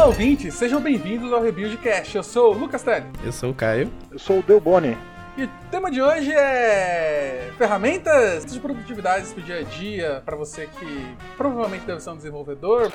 ouvintes, sejam bem-vindos ao Rebuildcast. Eu sou o Lucas Telly. Eu sou o Caio. Eu sou o Delboni. E o tema de hoje é ferramentas de produtividade pro dia a dia, para você que provavelmente deve ser um desenvolvedor.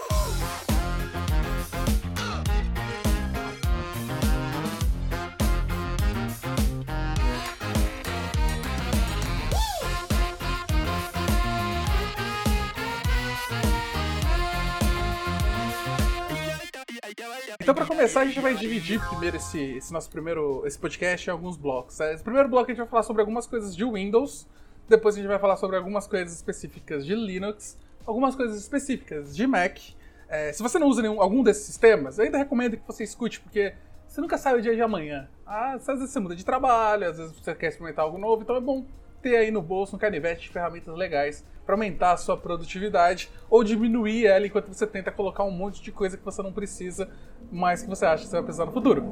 Então, para começar, a gente vai dividir primeiro esse podcast em alguns blocos. Esse primeiro bloco a gente vai falar sobre algumas coisas de Windows, depois a gente vai falar sobre algumas coisas específicas de Linux, algumas coisas específicas de Mac. Se você não usa algum desses sistemas, eu ainda recomendo que você escute, porque você nunca sabe o dia de amanhã. Às vezes você muda de trabalho, às vezes você quer experimentar algo novo, então é bom ter aí no bolso um canivete de ferramentas legais para aumentar a sua produtividade ou diminuir ela enquanto você tenta colocar um monte de coisa que você não precisa, mas que você acha que você vai precisar no futuro.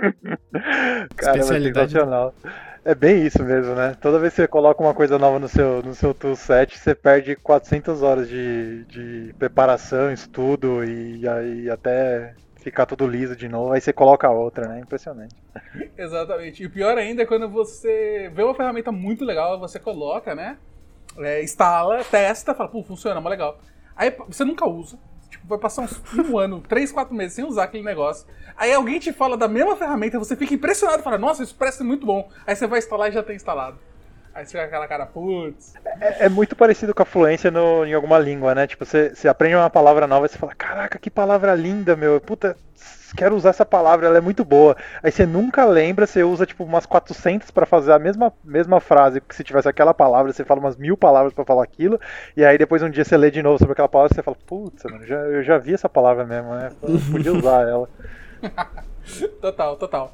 Cara, é sensacional. É bem isso mesmo, né? Toda vez que você coloca uma coisa nova no seu toolset, você perde 400 horas de preparação, estudo e aí até ficar tudo liso de novo, aí você coloca a outra, né? Impressionante. Exatamente. E o pior ainda é quando você vê uma ferramenta muito legal, você coloca, né? Instala, testa, fala, pô, funciona, mas legal. Aí você nunca usa. Tipo, vai passar um ano, 3, 4 meses sem usar aquele negócio. Aí alguém te fala da mesma ferramenta, você fica impressionado e fala, nossa, isso parece muito bom. Aí você vai instalar e já tem instalado. Aí você fica aquela cara, putz. É muito parecido com a fluência em alguma língua, né? Tipo, você aprende uma palavra nova e você fala, caraca, que palavra linda, meu. Puta, quero usar essa palavra, ela é muito boa. Aí você nunca lembra, você usa tipo umas 400 pra fazer a mesma frase, porque se tivesse aquela palavra, você fala umas 1000 palavras pra falar aquilo, e aí depois um dia você lê de novo sobre aquela palavra e você fala, putz, eu já vi essa palavra mesmo, né? Eu podia usar ela. Total.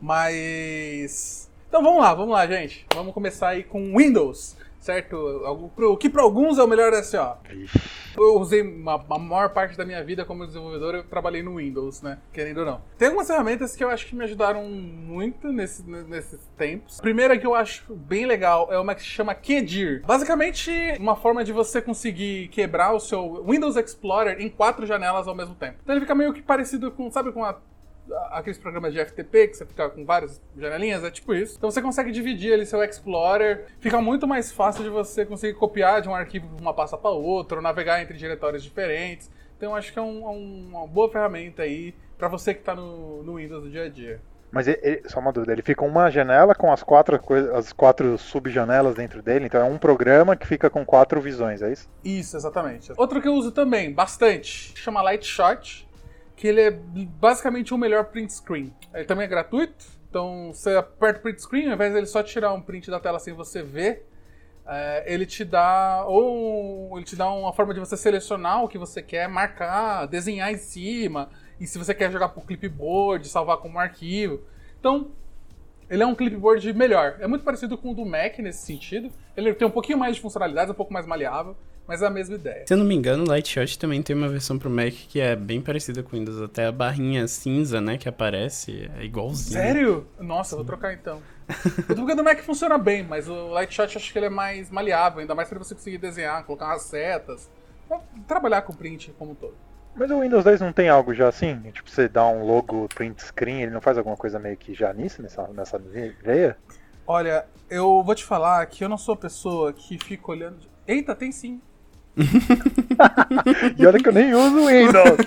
Mas... Então vamos lá, gente. Vamos começar aí com Windows, certo? O que para alguns é o melhor SO. Eu usei a maior parte da minha vida como desenvolvedor, eu trabalhei no Windows, né? Querendo ou não. Tem algumas ferramentas que eu acho que me ajudaram muito nesses tempos. A primeira que eu acho bem legal é uma que se chama Kedir. Basicamente, uma forma de você conseguir quebrar o seu Windows Explorer em 4 janelas ao mesmo tempo. Então ele fica meio que parecido com, sabe, com aqueles programas de FTP, que você fica com várias janelinhas, é tipo isso. Então você consegue dividir ali seu Explorer, fica muito mais fácil de você conseguir copiar de um arquivo de uma pasta para outra, ou navegar entre diretórios diferentes. Então eu acho que é uma boa ferramenta aí para você que está no Windows do dia a dia. Mas só uma dúvida, ele fica uma janela com as 4 subjanelas dentro dele, então é um programa que fica com 4 visões, é isso? Isso, exatamente. Outro que eu uso também, bastante, chama Lightshot, que ele é basicamente o melhor print screen. Ele também é gratuito, então você aperta o print screen, ao invés de ele só tirar um print da tela sem você ver, ele te dá uma forma de você selecionar o que você quer, marcar, desenhar em cima, e se você quer jogar por clipboard, salvar como arquivo. Então, ele é um clipboard melhor. É muito parecido com o do Mac nesse sentido. Ele tem um pouquinho mais de funcionalidades, um pouco mais maleável, mas é a mesma ideia. Se eu não me engano, o Lightshot também tem uma versão pro Mac que é bem parecida com o Windows. Até a barrinha cinza, né, que aparece é igualzinho. Sério? Nossa, eu vou trocar então. Eu tô porque o Mac funciona bem, mas o Lightshot eu acho que ele é mais maleável, ainda mais pra você conseguir desenhar, colocar umas setas, trabalhar com o print como um todo. Mas o Windows 10 não tem algo já assim? Tipo, você dá um logo print screen, ele não faz alguma coisa meio que já nessa veia? Olha, eu vou te falar que eu não sou a pessoa que fica olhando... Eita, tem sim. E olha que eu nem uso o Windows.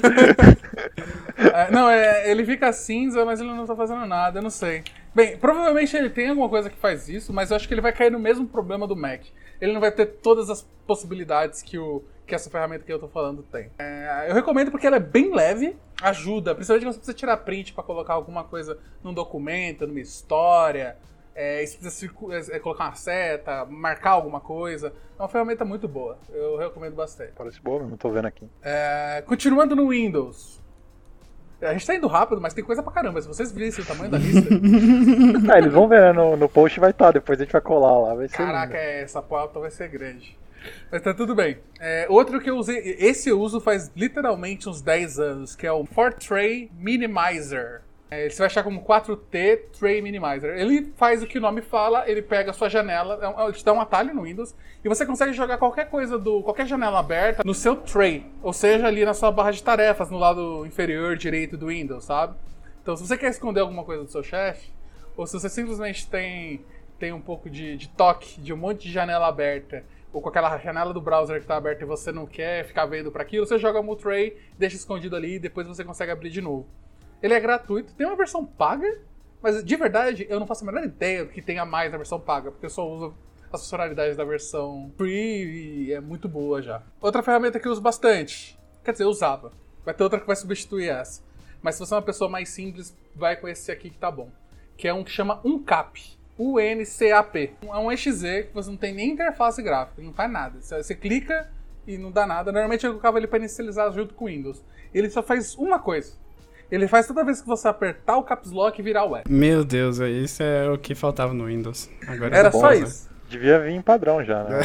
Ele fica cinza, mas ele não tá fazendo nada, eu não sei. Bem, provavelmente ele tem alguma coisa que faz isso, mas eu acho que ele vai cair no mesmo problema do Mac. Ele não vai ter todas as possibilidades que essa ferramenta que eu tô falando tem. Eu recomendo porque ela é bem leve, ajuda, principalmente quando você precisa tirar print pra colocar alguma coisa num documento, numa história, se precisa colocar uma seta, marcar alguma coisa. É uma ferramenta muito boa, eu recomendo bastante. Parece boa, não tô vendo aqui. Continuando no Windows. A gente tá indo rápido, mas tem coisa pra caramba. Se vocês virem o tamanho da lista... Eles vão ver, né? No post vai estar, depois a gente vai colar lá. Vai ser Caraca, essa pauta vai ser grande. Mas tá tudo bem. Outro que eu usei, esse eu uso faz literalmente uns 10 anos, que é o Fortray Minimizer. Você vai achar como 4T Tray Minimizer. Ele faz o que o nome fala, ele pega a sua janela, ele te dá um atalho no Windows, e você consegue jogar qualquer coisa, qualquer janela aberta no seu tray, ou seja, ali na sua barra de tarefas, no lado inferior direito do Windows, sabe? Então, se você quer esconder alguma coisa do seu chefe, ou se você simplesmente tem um pouco de toque de um monte de janela aberta, ou com aquela janela do browser que está aberta e você não quer ficar vendo para aquilo, você joga no tray, deixa escondido ali e depois você consegue abrir de novo. Ele é gratuito, tem uma versão paga, mas de verdade eu não faço a menor ideia do que tem a mais na versão paga, porque eu só uso as funcionalidades da versão free e é muito boa já. Outra ferramenta que eu uso bastante, quer dizer, eu usava, vai ter outra que vai substituir essa, mas se você é uma pessoa mais simples, vai com esse aqui que tá bom, que é um que chama Uncap. UNCAP. É um exe que você não tem nem interface gráfica, não faz nada. Você clica e não dá nada. Normalmente eu colocava ele para inicializar junto com o Windows. Ele só faz uma coisa. Ele faz toda vez que você apertar o Caps Lock e virar o F. Meu Deus, isso é o que faltava no Windows. Agora era bom, só né? isso. Devia vir em padrão já, né?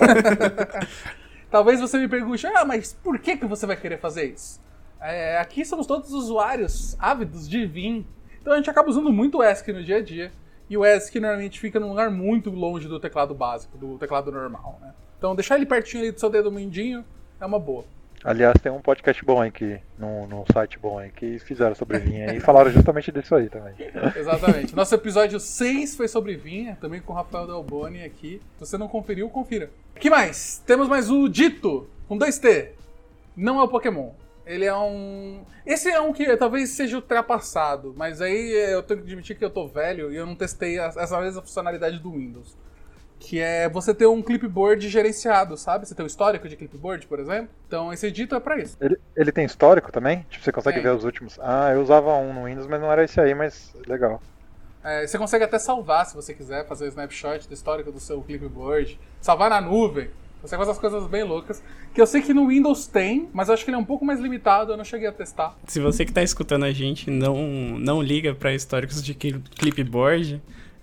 Talvez você me pergunte, mas por que você vai querer fazer isso? Aqui somos todos usuários ávidos de Vim. Então a gente acaba usando muito o ESC no dia a dia. E o ESC normalmente fica num lugar muito longe do teclado básico, do teclado normal, né? Então deixar ele pertinho ali do seu dedo mindinho é uma boa. Aliás, tem um podcast bom aí, num site bom aí, que fizeram sobre Vinha e falaram justamente disso aí também. Exatamente. Nosso episódio 6 foi sobre Vinha, também com o Rafael Delboni aqui. Se você não conferiu, confira. O que mais? Temos mais o Ditto, com 2T. Não é o Pokémon. Ele é um... Esse é um que talvez seja ultrapassado, mas aí eu tenho que admitir que eu tô velho e eu não testei essa mesma funcionalidade do Windows. Que é você ter um clipboard gerenciado, sabe? Você tem um histórico de clipboard, por exemplo. Então esse Ditto é pra isso. Ele tem histórico também? Tipo, você consegue Tem. ver os últimos? Ah, eu usava um no Windows, mas não era esse aí, mas legal. Você consegue até salvar, se você quiser, fazer um snapshot do histórico do seu clipboard. Salvar na nuvem. Você faz as coisas bem loucas. Que eu sei que no Windows tem, mas eu acho que ele é um pouco mais limitado, eu não cheguei a testar. Se você que tá escutando a gente não liga pra históricos de clipboard,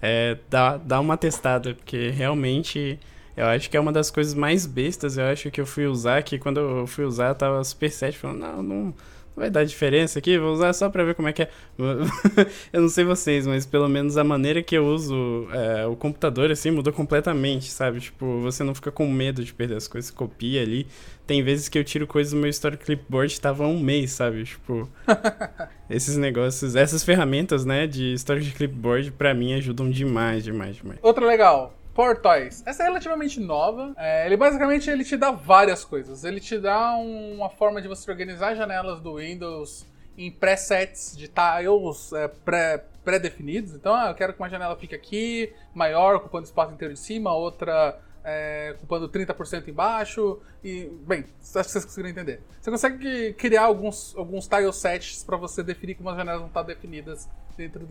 dá uma testada, porque realmente eu acho que é uma das coisas mais bestas, eu acho que eu fui usar, que quando eu fui usar eu tava super set, falando, não vai dar diferença aqui, vou usar só pra ver como é que é. Eu não sei vocês, mas pelo menos a maneira que eu uso o computador, assim, mudou completamente, sabe? Tipo, você não fica com medo de perder as coisas, copia ali. Tem vezes que eu tiro coisas do meu Story Clipboard, tava há um mês, sabe? Tipo, esses negócios, essas ferramentas, né, de Story Clipboard, pra mim, ajudam demais. Outra legal. Portoys. Essa é relativamente nova. Ele basicamente te dá várias coisas. Ele te dá uma forma de você organizar janelas do Windows em presets de tiles pré-definidos. Então, eu quero que uma janela fique aqui, maior, ocupando o espaço inteiro de cima, outra ocupando 30% embaixo. E, bem, acho que vocês conseguiram entender. Você consegue criar alguns tile sets para você definir como as janelas vão estar definidas dentro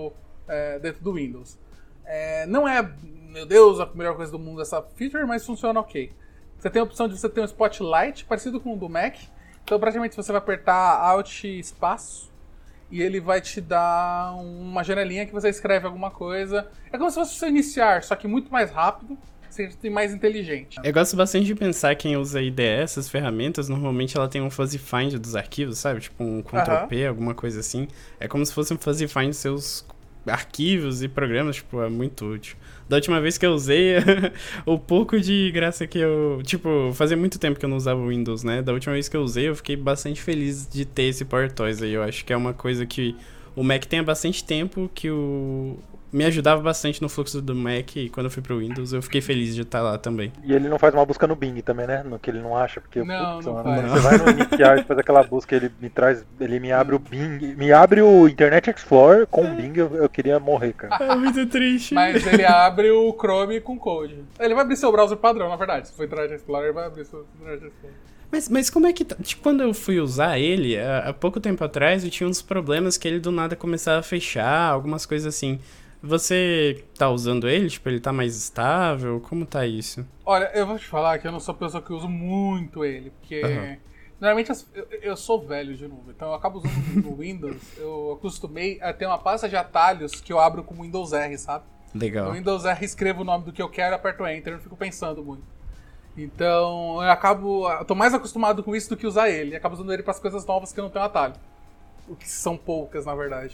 do Windows. Não é, meu Deus, a melhor coisa do mundo essa feature, mas funciona ok. Você tem a opção de você ter um spotlight parecido com o do Mac. Então praticamente você vai apertar Alt espaço e ele vai te dar uma janelinha que você escreve alguma coisa. É como se fosse o seu iniciar, só que muito mais rápido e mais inteligente. Eu gosto bastante de pensar quem usa IDE, essas ferramentas, normalmente ela tem um fuzzy find dos arquivos, sabe? Tipo um Ctrl+P, alguma coisa assim. É como se fosse um fuzzy find dos seus arquivos e programas, tipo, é muito útil. Da última vez que eu usei, o pouco de graça que eu... Tipo, fazia muito tempo que eu não usava o Windows, né? Da última vez que eu usei, eu fiquei bastante feliz de ter esse PowerToys aí. Eu acho que é uma coisa que o Mac tem há bastante tempo, que me ajudava bastante no fluxo do Mac, e quando eu fui pro Windows, eu fiquei feliz de estar lá também. E ele não faz uma busca no Bing também, né? No que ele não acha, porque não quando faz. você vai no iniciar e faz aquela busca, ele me abre o Bing, me abre o Internet Explorer com o Bing, eu queria morrer, cara. É muito triste. Mas ele abre o Chrome com Code. Ele vai abrir seu browser padrão, na verdade. Se for Internet Explorer, ele vai abrir seu Internet Explorer. Mas como é que tá? Tipo, quando eu fui usar ele, há pouco tempo atrás, eu tinha uns problemas que ele do nada começava a fechar, algumas coisas assim. Você tá usando ele? Tipo, ele tá mais estável? Como tá isso? Olha, eu vou te falar que eu não sou a pessoa que uso muito ele, porque normalmente eu sou velho de novo, então eu acabo usando no Windows, eu acostumei a ter uma pasta de atalhos que eu abro com o Windows R, sabe? Legal. No Windows R escrevo o nome do que eu quero, aperto Enter, eu não fico pensando muito. Então eu tô mais acostumado com isso do que usar ele, e acabo usando ele para as coisas novas que eu não tenho atalho. O que são poucas, na verdade.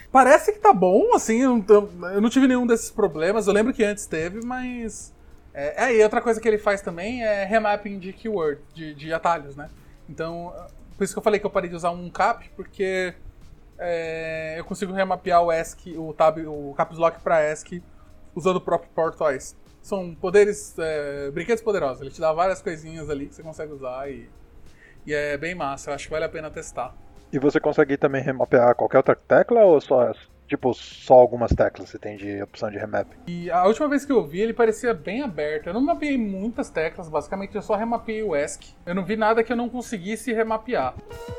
Parece que tá bom, assim, eu não tive nenhum desses problemas. Eu lembro que antes teve, mas... E outra coisa que ele faz também é remapping de keyword, de atalhos, né? Então, por isso que eu falei que eu parei de usar um cap, porque eu consigo remapear o ASCII, o Caps Lock pra ASCII usando o próprio Portoise. São poderes, brinquedos poderosos. Ele te dá várias coisinhas ali que você consegue usar e é bem massa. Eu acho que vale a pena testar. E você consegue também remapear qualquer outra tecla ou só essa? Tipo, só algumas teclas você tem de opção de remap? E a última vez que eu vi, ele parecia bem aberto. Eu não mapeei muitas teclas, basicamente eu só remapeei o ASCII. Eu não vi nada que eu não conseguisse remapear.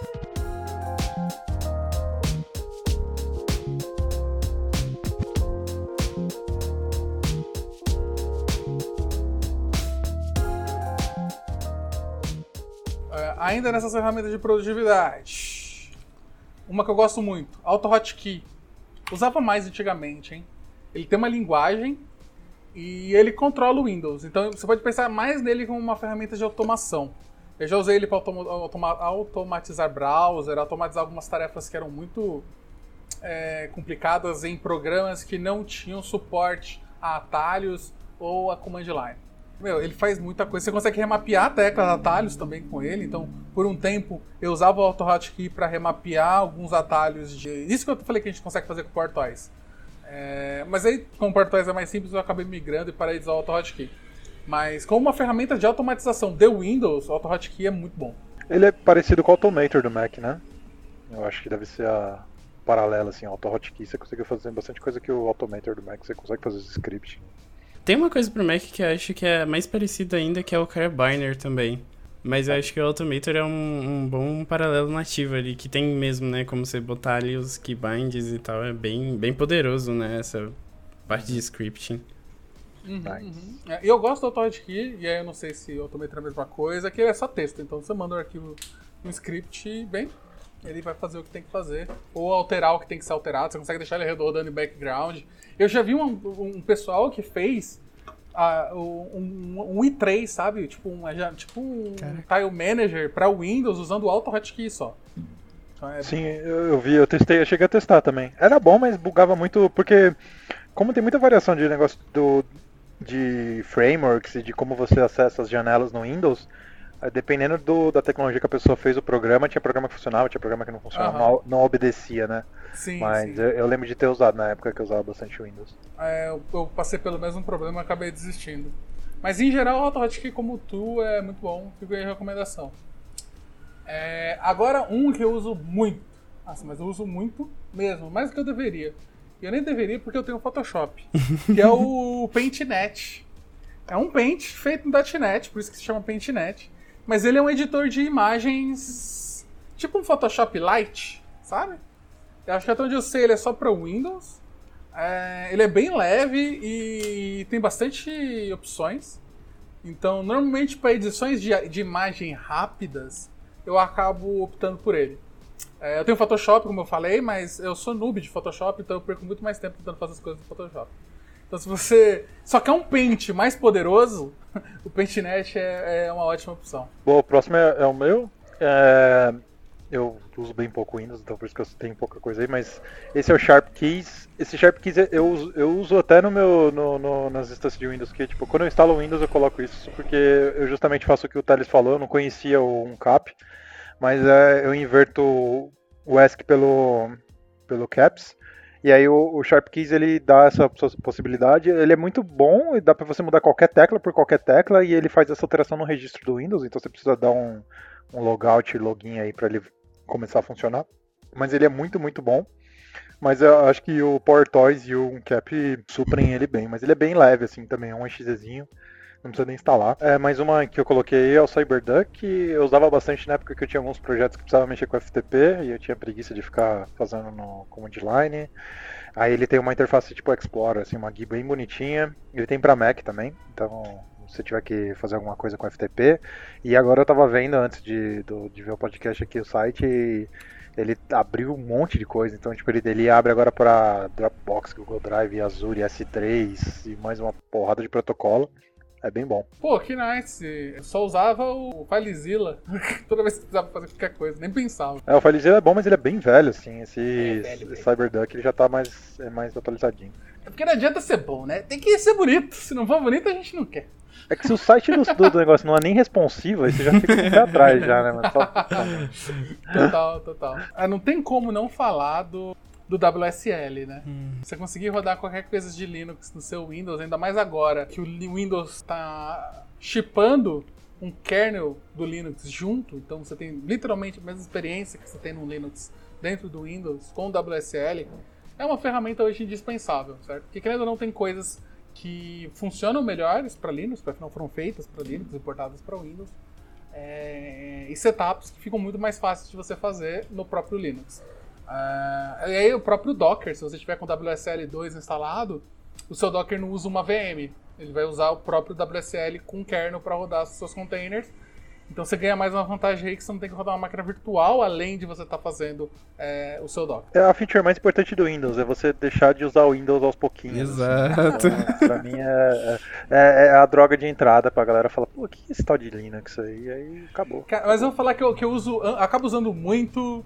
Ainda nessas ferramentas de produtividade, uma que eu gosto muito, AutoHotkey. Usava mais antigamente, hein? Ele tem uma linguagem e ele controla o Windows. Então você pode pensar mais nele como uma ferramenta de automação. Eu já usei ele para automatizar browser, automatizar algumas tarefas que eram muito complicadas em programas que não tinham suporte a atalhos ou a command line. Ele faz muita coisa. Você consegue remapear teclas atalhos também com ele. Então, por um tempo, eu usava o AutoHotkey para remapear alguns atalhos de... Isso que eu falei que a gente consegue fazer com o Portoise. Mas aí, como o Portoise é mais simples, eu acabei migrando e parei de usar o AutoHotkey. Mas como uma ferramenta de automatização de Windows, o AutoHotkey é muito bom. Ele é parecido com o Automator do Mac, né? Eu acho que deve ser a paralela, assim, o AutoHotkey. Você consegue fazer bastante coisa que o Automator do Mac. Você consegue fazer os scripts. Tem uma coisa pro Mac que eu acho que é mais parecida ainda, que é o Carabiner também. Mas eu acho que o Automator é um bom paralelo nativo ali, que tem mesmo, né, como você botar ali os keybinds e tal, é bem poderoso, né, essa parte de scripting. Eu gosto do AutoHotkey, e aí eu não sei se o Automator é a mesma coisa, que ele é só texto, então você manda um arquivo, um script e, ele vai fazer o que tem que fazer, ou alterar o que tem que ser alterado, você consegue deixar ele rodando em background. Eu já vi um pessoal que fez um i3, sabe? Tipo um Tile Manager para Windows usando o AutoHotkey só. Então Sim, eu vi, eu testei, eu cheguei a testar também. Era bom, mas bugava muito, porque como tem muita variação de negócio de frameworks e de como você acessa as janelas no Windows, dependendo da tecnologia que a pessoa fez o programa, tinha programa que funcionava, tinha programa que não funcionava, não obedecia, né? Sim, mas sim. Eu lembro de ter usado na época que eu usava bastante Windows. Eu passei pelo mesmo problema e acabei desistindo. Mas em geral o AutoHotkey como tu é muito bom, fica aí a recomendação. Agora um que eu uso muito, mas eu uso muito mesmo, mais do que eu deveria. E eu nem deveria porque eu tenho Photoshop, que é o PaintNet. É um Paint feito no .NET, por isso que se chama PaintNet. Mas ele é um editor de imagens, tipo um Photoshop Lite, sabe? Eu acho que até onde eu sei ele é só para Windows. Ele é bem leve e tem bastante opções. Então, normalmente para edições de imagem rápidas, eu acabo optando por ele. Eu tenho Photoshop, como eu falei, mas eu sou noob de Photoshop, então eu perco muito mais tempo tentando fazer as coisas no Photoshop. Então, se você só quer um Paint mais poderoso, o PaintNet é uma ótima opção. Bom, o próximo é o meu. Eu uso bem pouco Windows, então por isso que eu tenho pouca coisa aí, mas esse é o Sharp Keys. Esse Sharp Keys eu uso até nas instâncias de Windows, que tipo, quando eu instalo o Windows eu coloco isso, porque eu justamente faço o que o Thales falou, eu não conhecia o UNCAP, mas eu inverto o ASCII pelo CAPS. E aí o Sharp Keys ele dá essa possibilidade, ele é muito bom, e dá pra você mudar qualquer tecla por qualquer tecla, e ele faz essa alteração no registro do Windows, então você precisa dar um logout e login aí pra ele começar a funcionar. Mas ele é muito, muito bom. Mas eu acho que o Portoise e o UNCAP suprem ele bem, mas ele é bem leve assim também, é um exezinho. Não precisa nem instalar. Mais uma que eu coloquei é o CyberDuck, que eu usava bastante na época que eu tinha alguns projetos que precisavam mexer com FTP, e eu tinha preguiça de ficar fazendo no command line. Aí ele tem uma interface tipo Explorer, assim, uma GUI bem bonitinha. Ele tem para Mac também, então se você tiver que fazer alguma coisa com FTP. E agora eu tava vendo, antes de ver o podcast aqui, o site, e ele abriu um monte de coisa. Então tipo, ele abre agora para Dropbox, Google Drive, Azure, S3 e mais uma porrada de protocolo. É bem bom. Pô, que nice. Eu só usava o FileZilla toda vez que precisava fazer qualquer coisa, nem pensava. O FileZilla é bom, mas ele é bem velho, assim. Esse velho. CyberDuck ele já tá mais atualizadinho. É porque não adianta ser bom, né? Tem que ser bonito. Se não for bonito, a gente não quer. É que se o site do negócio não é nem responsivo, aí você já fica com o pé atrás já, né, mano? Total. Não tem como não falar do WSL, né? Você conseguir rodar qualquer coisa de Linux no seu Windows, ainda mais agora que o Windows está shippando um kernel do Linux junto, então você tem literalmente a mesma experiência que você tem no Linux dentro do Windows com o WSL, é uma ferramenta hoje indispensável, certo? Porque querendo ou não, tem coisas que funcionam melhores para Linux, porque afinal foram feitas para Linux e portadas para Windows, e setups que ficam muito mais fáceis de você fazer no próprio Linux. E aí o próprio Docker, se você tiver com o WSL2 instalado, o seu Docker não usa uma VM, ele vai usar o próprio WSL com kernel para rodar os seus containers. Então você ganha mais uma vantagem aí que você não tem que rodar uma máquina virtual, além de você estar fazendo o seu Docker. A feature mais importante do Windows é você deixar de usar o Windows aos pouquinhos. Exato. Então, pra mim é a droga de entrada pra galera falar, pô, o que é esse tal de Linux aí? E aí acabou. Mas eu vou falar que eu acabo usando muito,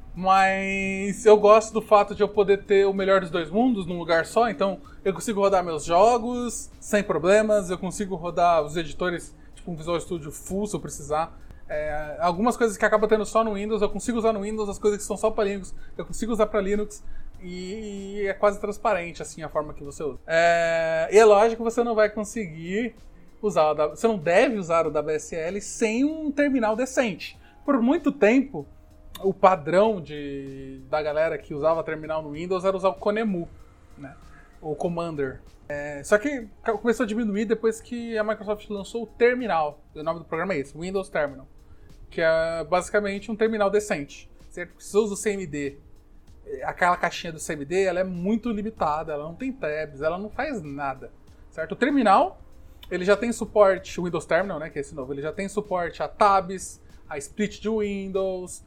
mas eu gosto do fato de eu poder ter o melhor dos dois mundos num lugar só, então eu consigo rodar meus jogos sem problemas, eu consigo rodar os editores, tipo um Visual Studio Full se eu precisar. Algumas coisas que acabam tendo só no Windows, eu consigo usar no Windows, as coisas que são só para Linux, eu consigo usar para Linux, e é quase transparente assim a forma que você usa. E é lógico que você não vai conseguir usar, você não deve usar o WSL sem um terminal decente. Por muito tempo, o padrão da galera que usava terminal no Windows era usar o Konemu, né? O Commander. Só que começou a diminuir depois que a Microsoft lançou o terminal. O nome do programa é esse, Windows Terminal. Que é basicamente um terminal decente. Certo? Porque se você usa o CMD, aquela caixinha do CMD, ela é muito limitada, ela não tem tabs, ela não faz nada. Certo? O terminal, ele já tem suporte, o Windows Terminal, né, que é esse novo, ele já tem suporte a tabs, a split de Windows,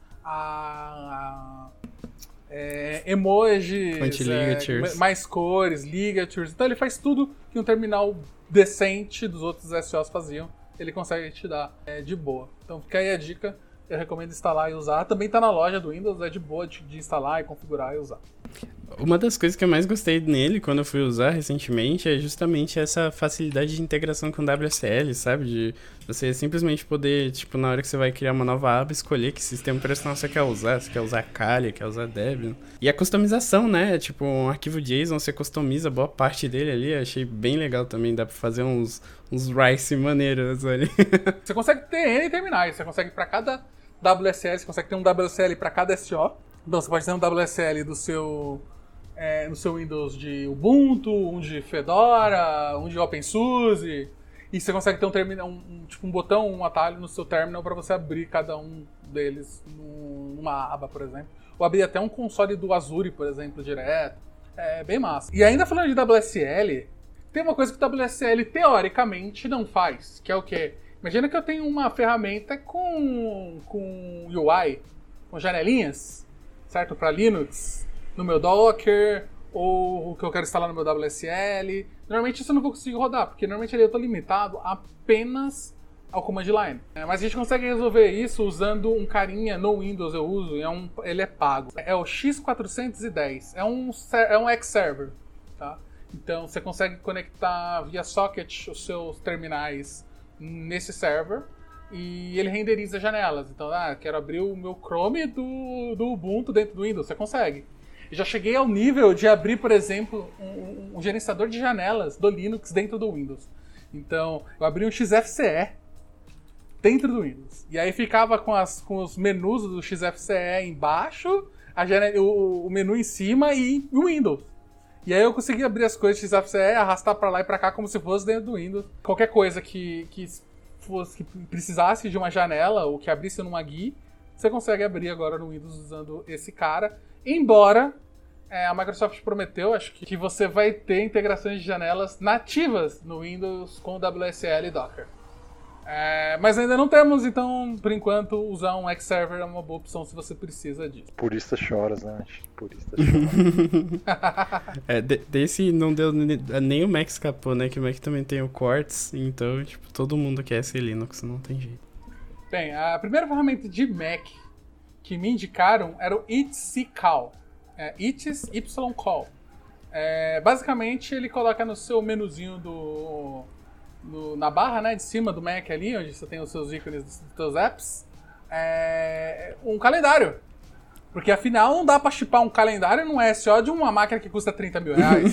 emojis, mais cores, ligatures. Então ele faz tudo que um terminal decente dos outros SOs faziam, ele consegue te dar de boa. Então fica aí a dica, eu recomendo instalar e usar. Também está na loja do Windows, é de boa de instalar e configurar e usar. Uma das coisas que eu mais gostei nele quando eu fui usar recentemente é justamente essa facilidade de integração com o WSL, sabe? De você simplesmente poder, tipo, na hora que você vai criar uma nova aba, escolher que sistema operacional você quer usar. Se quer usar Kali, quer usar Debian. E a customização, né? Tipo, um arquivo JSON, você customiza boa parte dele ali. Achei bem legal também. Dá pra fazer uns Rice maneiros ali. Você consegue ter N terminais. Você consegue pra cada WSL, você consegue ter um WSL pra cada SO. Então você pode ter um WSL do seu... no seu Windows de Ubuntu, um de Fedora, um de OpenSUSE, e você consegue ter um botão, um atalho no seu terminal para você abrir cada um deles numa aba, por exemplo. Ou abrir até um console do Azure, por exemplo, direto. É bem massa. E ainda falando de WSL, tem uma coisa que o WSL teoricamente não faz, que é o quê? Imagina que eu tenho uma ferramenta com UI, com janelinhas, certo? Para Linux, no meu Docker, ou o que eu quero instalar no meu WSL. Normalmente isso eu não vou conseguir rodar, porque normalmente eu estou limitado apenas ao command line. Mas a gente consegue resolver isso usando um carinha no Windows, eu uso, e ele é pago. É o X410, é um X-Server, tá? Então você consegue conectar via socket os seus terminais nesse server, e ele renderiza janelas. Então, quero abrir o meu Chrome do Ubuntu dentro do Windows, você consegue. Já cheguei ao nível de abrir, por exemplo, um gerenciador de janelas do Linux dentro do Windows. Então, eu abri um XFCE dentro do Windows. E aí ficava com os menus do XFCE embaixo, o menu em cima e o Windows. E aí eu consegui abrir as coisas do XFCE, arrastar pra lá e pra cá como se fosse dentro do Windows. Qualquer coisa que precisasse de uma janela ou que abrisse numa GUI, você consegue abrir agora no Windows usando esse cara. Embora a Microsoft prometeu, acho que você vai ter integrações de janelas nativas no Windows com WSL e Docker. Mas ainda não temos, então, por enquanto, usar um X-Server é uma boa opção se você precisa disso. Purista choras, né? Purista choras. Desse não deu nem o Mac escapou, né? Que o Mac também tem o Quartz, então, tipo, todo mundo quer ser Linux, não tem jeito. Bem, a primeira ferramenta de Mac que me indicaram era o itscall. itscall. Basicamente, ele coloca no seu menuzinho na barra, né, de cima do Mac ali, onde você tem os seus ícones dos seus apps, um calendário. Porque afinal não dá pra chipar um calendário num SO de uma máquina que custa 30 mil reais.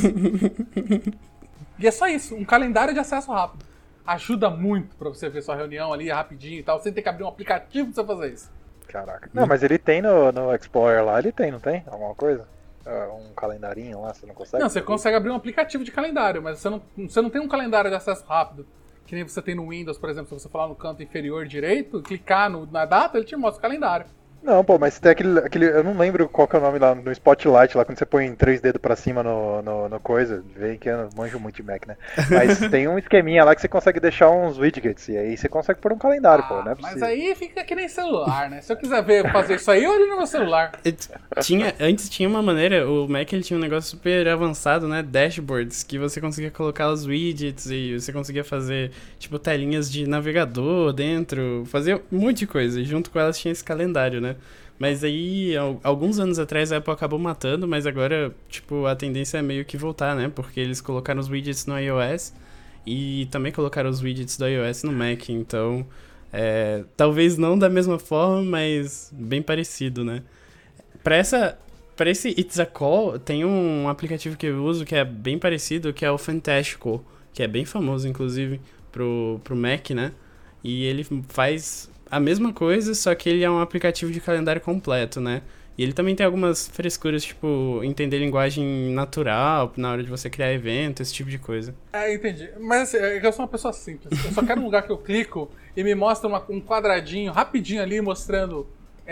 E é só isso, um calendário de acesso rápido. Ajuda muito pra você ver sua reunião ali rapidinho e tal, sem ter que abrir um aplicativo pra você fazer isso. Caraca. Não, mas ele tem no Explorer lá, ele tem, não tem? Alguma coisa? Um calendarinho lá, você não consegue? Não, você consegue abrir um aplicativo de calendário, mas você não tem um calendário de acesso rápido. Que nem você tem no Windows, por exemplo, se você falar no canto inferior direito, clicar na data, ele te mostra o calendário. Não, pô, mas tem aquele. Eu não lembro qual que é o nome lá no Spotlight, lá quando você põe 3 dedos pra cima no coisa. Vê que eu manjo muito de Mac, né? Mas tem um esqueminha lá que você consegue deixar uns widgets. E aí você consegue pôr um calendário, pô, né? Mas aí fica que nem celular, né? Se eu quiser fazer isso aí, eu olho no meu celular. Antes tinha uma maneira, o Mac ele tinha um negócio super avançado, né? Dashboards, que você conseguia colocar os widgets e você conseguia fazer, tipo, telinhas de navegador dentro, fazer um monte de coisa. E junto com elas tinha esse calendário, né? Mas aí, alguns anos atrás, a Apple acabou matando, mas agora, tipo, a tendência é meio que voltar, né? Porque eles colocaram os widgets no iOS e também colocaram os widgets do iOS no Mac, então, talvez não da mesma forma, mas bem parecido, né? Para esse It's a Call, tem um aplicativo que eu uso que é bem parecido, que é o Fantastical, que é bem famoso, inclusive, pro Mac, né? E ele faz a mesma coisa, só que ele é um aplicativo de calendário completo, né? E ele também tem algumas frescuras, tipo, entender linguagem natural na hora de você criar evento, esse tipo de coisa. Entendi. Mas assim, eu sou uma pessoa simples. Eu só quero um lugar que eu clico e me mostra um quadradinho, rapidinho ali, mostrando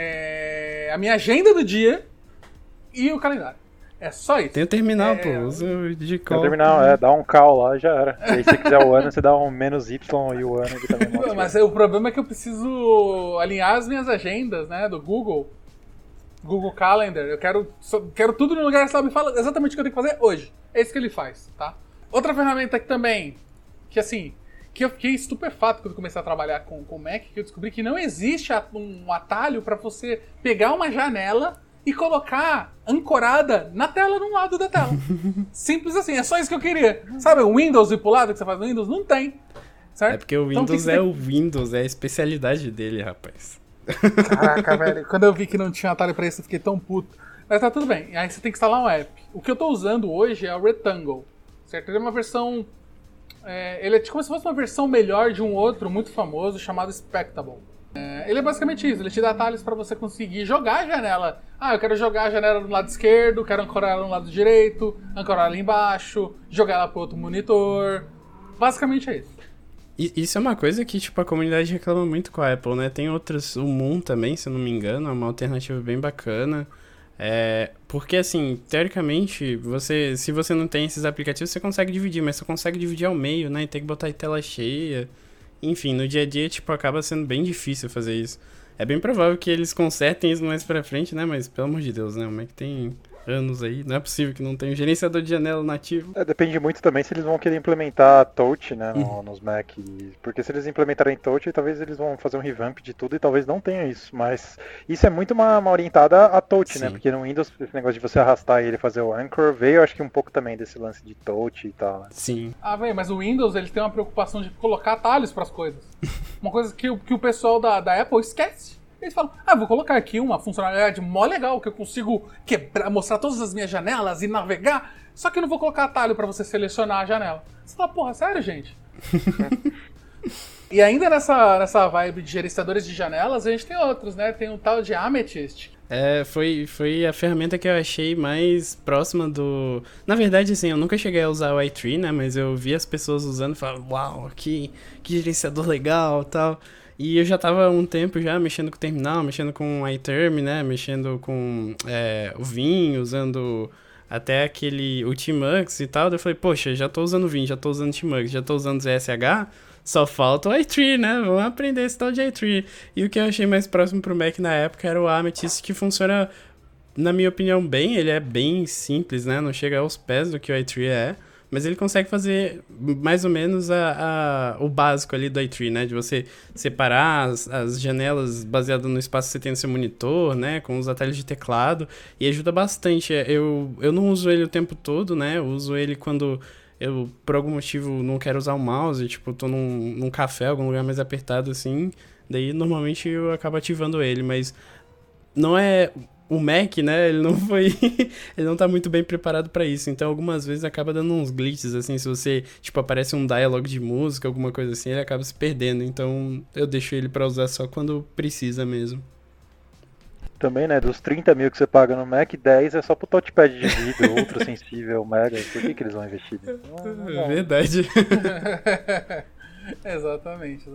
a minha agenda do dia e o calendário. É só isso. Tem o terminal, pô. Usa o de call. Tem o terminal, dá um call lá, já era. E aí se você quiser o ano, você dá um -y e o ano que também mostra. Mas o problema é que eu preciso alinhar as minhas agendas, né, do Google Calendar. Eu quero tudo no lugar, sabe? Fala exatamente o que eu tenho que fazer hoje. É isso que ele faz, tá? Outra ferramenta que também, que assim, que eu fiquei estupefato quando comecei a trabalhar com o Mac, que eu descobri que não existe um atalho para você pegar uma janela e colocar ancorada na tela, num lado da tela. Simples assim, é só isso que eu queria. Sabe o Windows e pro lado que você faz no Windows? Não tem. Certo? É porque o Windows o Windows, é a especialidade dele, rapaz. Caraca, velho, quando eu vi que não tinha atalho pra isso, eu fiquei tão puto. Mas tá tudo bem, aí você tem que instalar um app. O que eu tô usando hoje é o Rectangle, certo? Ele é uma versão... ele é como se fosse uma versão melhor de um outro muito famoso chamado Spectable. Ele é basicamente isso, ele te dá atalhos pra você conseguir jogar a janela. Eu quero jogar a janela do lado esquerdo, quero ancorar ela no lado direito, ancorar ela embaixo, jogar ela pro outro monitor. Basicamente é isso. Isso é uma coisa que, tipo, a comunidade reclama muito com a Apple, né? Tem outras, o Moon também, se eu não me engano, é uma alternativa bem bacana. Porque, assim, teoricamente, se você não tem esses aplicativos, você consegue dividir, mas você consegue dividir ao meio, né? E tem que botar em tela cheia. Enfim, no dia a dia, tipo, acaba sendo bem difícil fazer isso. É bem provável que eles consertem isso mais pra frente, né? Mas, pelo amor de Deus, né? O Mac tem anos aí, não é possível que não tenha um gerenciador de janela nativo. Depende muito também se eles vão querer implementar Touch, né, nos Mac. Porque se eles implementarem Touch, talvez eles vão fazer um revamp de tudo e talvez não tenha isso. Mas isso é muito uma orientada a Touch, né? Porque no Windows, esse negócio de você arrastar ele e fazer o Anchor, veio acho que um pouco também desse lance de Touch e tal. Né? Sim. Velho, mas o Windows, ele tem uma preocupação de colocar atalhos pras coisas. Uma coisa que o pessoal da Apple esquece. Eles falam, vou colocar aqui uma funcionalidade mó legal, que eu consigo mostrar todas as minhas janelas e navegar, só que eu não vou colocar atalho pra você selecionar a janela. Você fala, porra, sério, gente? E ainda nessa vibe de gerenciadores de janelas, a gente tem outros, né? Tem um tal de Amethyst. Foi a ferramenta que eu achei mais próxima do... Na verdade, assim, eu nunca cheguei a usar o iTree, né? Mas eu vi as pessoas usando e falava, uau, que gerenciador legal e tal... E eu já tava há um tempo já mexendo com o terminal, mexendo com o iTerm, né? Mexendo com o Vim, usando até o Tmux e tal. Daí eu falei, poxa, já tô usando o Vim, já tô usando o Tmux, já tô usando o ZSH. só falta o iTree, né? Vamos aprender esse tal de iTree. E o que eu achei mais próximo pro Mac na época era o Amethyst, que funciona, na minha opinião, bem. Ele é bem simples, né? Não chega aos pés do que o iTree é. Mas ele consegue fazer mais ou menos o básico ali do iTree, né? De você separar as janelas baseado no espaço que você tem no seu monitor, né? Com os atalhos de teclado. E ajuda bastante. Eu não uso ele o tempo todo, né? Eu uso ele quando eu, por algum motivo, não quero usar o mouse. Tipo, tô num café, algum lugar mais apertado, assim. Daí, normalmente, eu acabo ativando ele. Mas não é... O Mac, né, ele não foi... ele não tá muito bem preparado pra isso. Então, algumas vezes acaba dando uns glitches, assim. Se você, tipo, aparece um dialogue de música, alguma coisa assim, ele acaba se perdendo. Então, eu deixo ele pra usar só quando precisa mesmo. Também, né, dos 30 mil que você paga no Mac, 10 é só pro touchpad de vidro, ultra sensível, mega. Por que eles vão investir nisso? É verdade. Exatamente.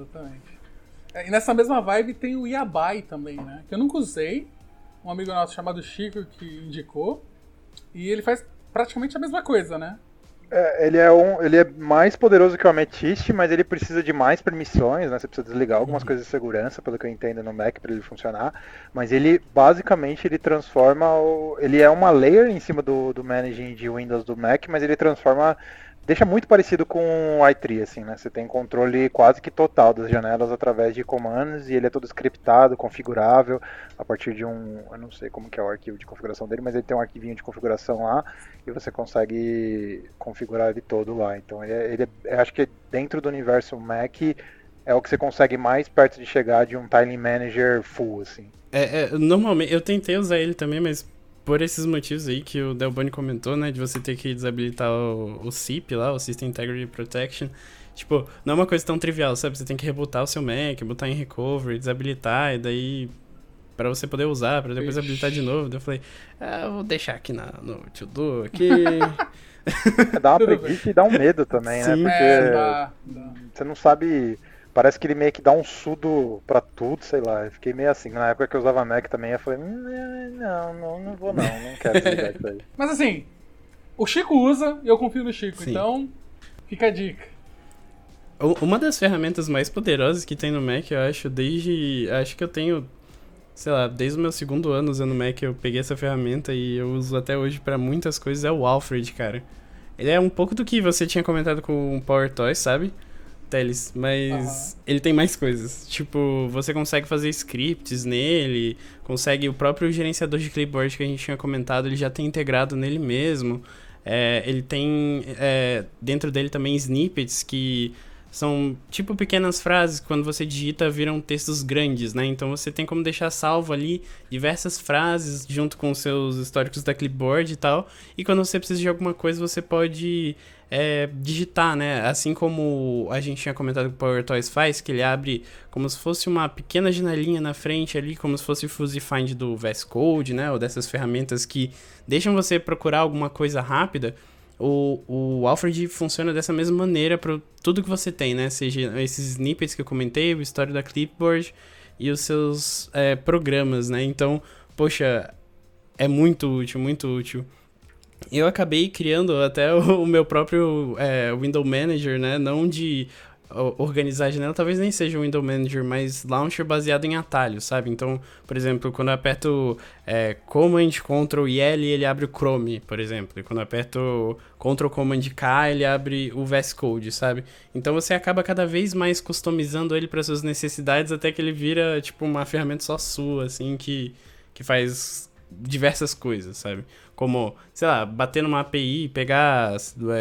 E nessa mesma vibe tem o Yabai também, né? Que eu nunca usei. Um amigo nosso chamado Chico que indicou. E ele faz praticamente a mesma coisa, né? Ele é mais poderoso que o Amethyst, mas ele precisa de mais permissões, né? Você precisa desligar algumas coisas de segurança, pelo que eu entendo no Mac, para ele funcionar. Mas ele, basicamente, ele transforma... Ele é uma layer em cima do managing de Windows do Mac, mas ele transforma... Deixa muito parecido com o iTree, assim, né? Você tem controle quase que total das janelas através de comandos e ele é todo scriptado, configurável, a partir de um... Eu não sei como que é o arquivo de configuração dele, mas ele tem um arquivinho de configuração lá e você consegue configurar ele todo lá. Então acho que dentro do universo Mac é o que você consegue mais perto de chegar de um Tiling Manager full, assim. Normalmente, eu tentei usar ele também, mas... Por esses motivos aí que o Delboni comentou, né? De você ter que desabilitar o SIP lá, o System Integrity Protection. Tipo, não é uma coisa tão trivial, sabe? Você tem que rebootar o seu Mac, botar em recovery, desabilitar, e daí... Pra você poder usar, pra depois habilitar de novo. Daí eu falei, vou deixar aqui no to-do, aqui... Dá uma preguiça e dá um medo também, Sim. né? Porque você não sabe... Parece que ele meio que dá um sudo pra tudo, sei lá. Eu fiquei meio assim. Na época que eu usava Mac também, eu falei, não vou não quero desligar isso aí. Mas assim, o Chico usa e eu confio no Chico, Sim. Então fica a dica. Uma das ferramentas mais poderosas que tem no Mac, eu acho, acho que eu tenho, sei lá, desde o meu segundo ano usando Mac, eu peguei essa ferramenta e eu uso até hoje pra muitas coisas, é o Alfred, cara. Ele é um pouco do que você tinha comentado com o Power Toys, sabe? Teles, mas ele tem mais coisas. Tipo, você consegue fazer scripts nele, consegue o próprio gerenciador de clipboard que a gente tinha comentado, ele já tem integrado nele mesmo. Ele tem dentro dele também snippets que são tipo pequenas frases que quando você digita viram textos grandes, né? Então você tem como deixar salvo ali diversas frases junto com os seus históricos da clipboard e tal. E quando você precisa de alguma coisa, você pode digitar, né? Assim como a gente tinha comentado que o Power Toys faz, que ele abre como se fosse uma pequena janelinha na frente ali, como se fosse o Fuzzy Find do VS Code, né? Ou dessas ferramentas que deixam você procurar alguma coisa rápida. O Alfred funciona dessa mesma maneira para tudo que você tem, né? Seja esses snippets que eu comentei, o histórico da clipboard e os seus programas, né? Então, poxa, é muito útil, muito útil. Eu acabei criando até o meu próprio Window Manager, né? Não de organizar a janela, talvez nem seja um Window Manager, mas Launcher baseado em atalhos, sabe? Então, por exemplo, quando eu aperto Command, Ctrl e L, ele abre o Chrome, por exemplo. E quando eu aperto Ctrl, Command K, ele abre o VS Code, sabe? Então você acaba cada vez mais customizando ele para suas necessidades até que ele vira, tipo, uma ferramenta só sua, assim, que faz diversas coisas, sabe? Como, sei lá, bater numa API, pegar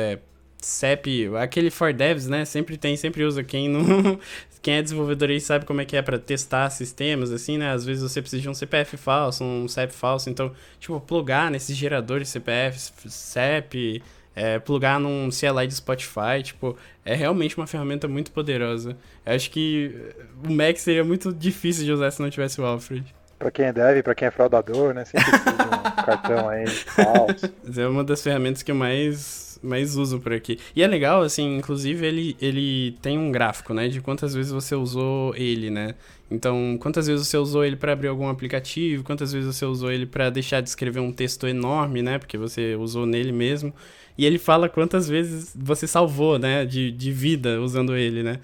CEP, aquele for devs, né? Sempre usa. Quem é desenvolvedor aí sabe como é que é pra testar sistemas, assim, né? Às vezes você precisa de um CPF falso, um CEP falso. Então, tipo, plugar nesses geradores CPF, CEP, plugar num CLI de Spotify, tipo, é realmente uma ferramenta muito poderosa. Eu acho que o Mac seria muito difícil de usar se não tivesse o Alfred. Pra quem é dev, pra quem é fraudador, né? Sempre precisa de um cartão aí falso. É uma das ferramentas que eu mais uso por aqui. E é legal, assim, inclusive ele tem um gráfico, né? De quantas vezes você usou ele, né? Então, quantas vezes você usou ele para abrir algum aplicativo, quantas vezes você usou ele para deixar de escrever um texto enorme, né? Porque você usou nele mesmo. E ele fala quantas vezes você salvou, né? De vida usando ele, né?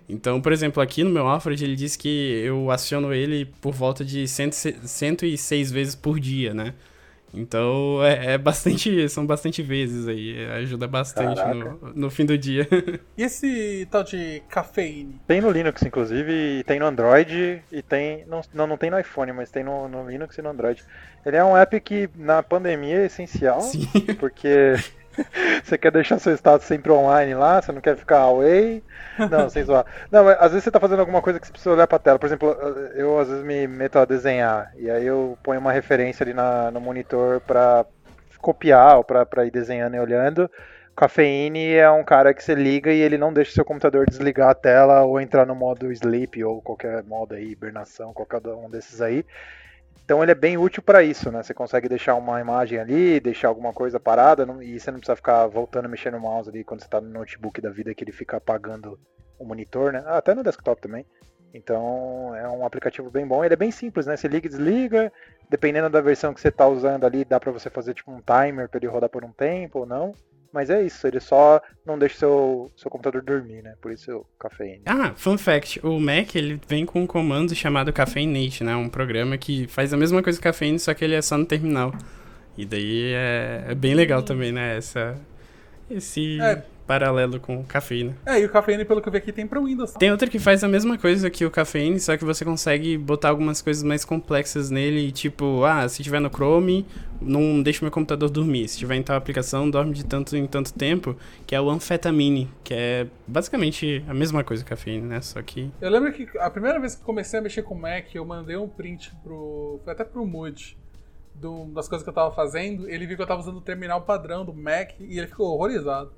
Então, por exemplo, aqui no meu Alfred, ele diz que eu aciono ele por volta de 106 vezes por dia, né? Então, são bastante vezes aí, ajuda bastante no fim do dia. E esse tal de Cafeine? Tem no Linux, inclusive, e tem no Android, e tem... Não tem no iPhone, mas tem no Linux e no Android. Ele é um app que, na pandemia, é essencial, Sim. Porque... Você quer deixar seu status sempre online lá, você não quer ficar away. Não, sem zoar. Não, mas às vezes você tá fazendo alguma coisa que você precisa olhar pra tela. Por exemplo, eu às vezes me meto a desenhar, e aí eu ponho uma referência ali no monitor pra copiar ou pra ir desenhando e olhando. Cafeine é um cara que você liga e ele não deixa seu computador desligar a tela ou entrar no modo sleep ou qualquer modo aí, hibernação, qualquer um desses aí. Então ele é bem útil para isso, né? Você consegue deixar uma imagem ali, deixar alguma coisa parada, e você não precisa ficar voltando, mexendo no mouse ali quando você está no notebook da vida, que ele fica apagando o monitor, né? Até no desktop também. Então é um aplicativo bem bom, ele é bem simples, né? Você liga e desliga, dependendo da versão que você está usando ali, dá para você fazer tipo um timer para ele rodar por um tempo ou não. Mas é isso, ele só não deixa seu computador dormir, né? Por isso o Cafeine. Ah, fun fact, o Mac, ele vem com um comando chamado Caffeinate, né? Um programa que faz a mesma coisa que o Cafeine, só que ele é só no terminal. E daí é bem legal também, né? Esse paralelo com cafeína. E o Cafeine, pelo que eu vi aqui, tem pro Windows. Tem outra que faz a mesma coisa que o Cafeine, só que você consegue botar algumas coisas mais complexas nele, tipo, se tiver no Chrome, não deixa meu computador dormir. Se tiver em tal aplicação, dorme de tanto em tanto tempo, que é o Amphetamine, que é basicamente a mesma coisa que o Cafeine, né? Só que... Eu lembro que a primeira vez que comecei a mexer com o Mac, eu mandei um print até pro Mood, das coisas que eu tava fazendo. Ele viu que eu tava usando o terminal padrão do Mac e ele ficou horrorizado.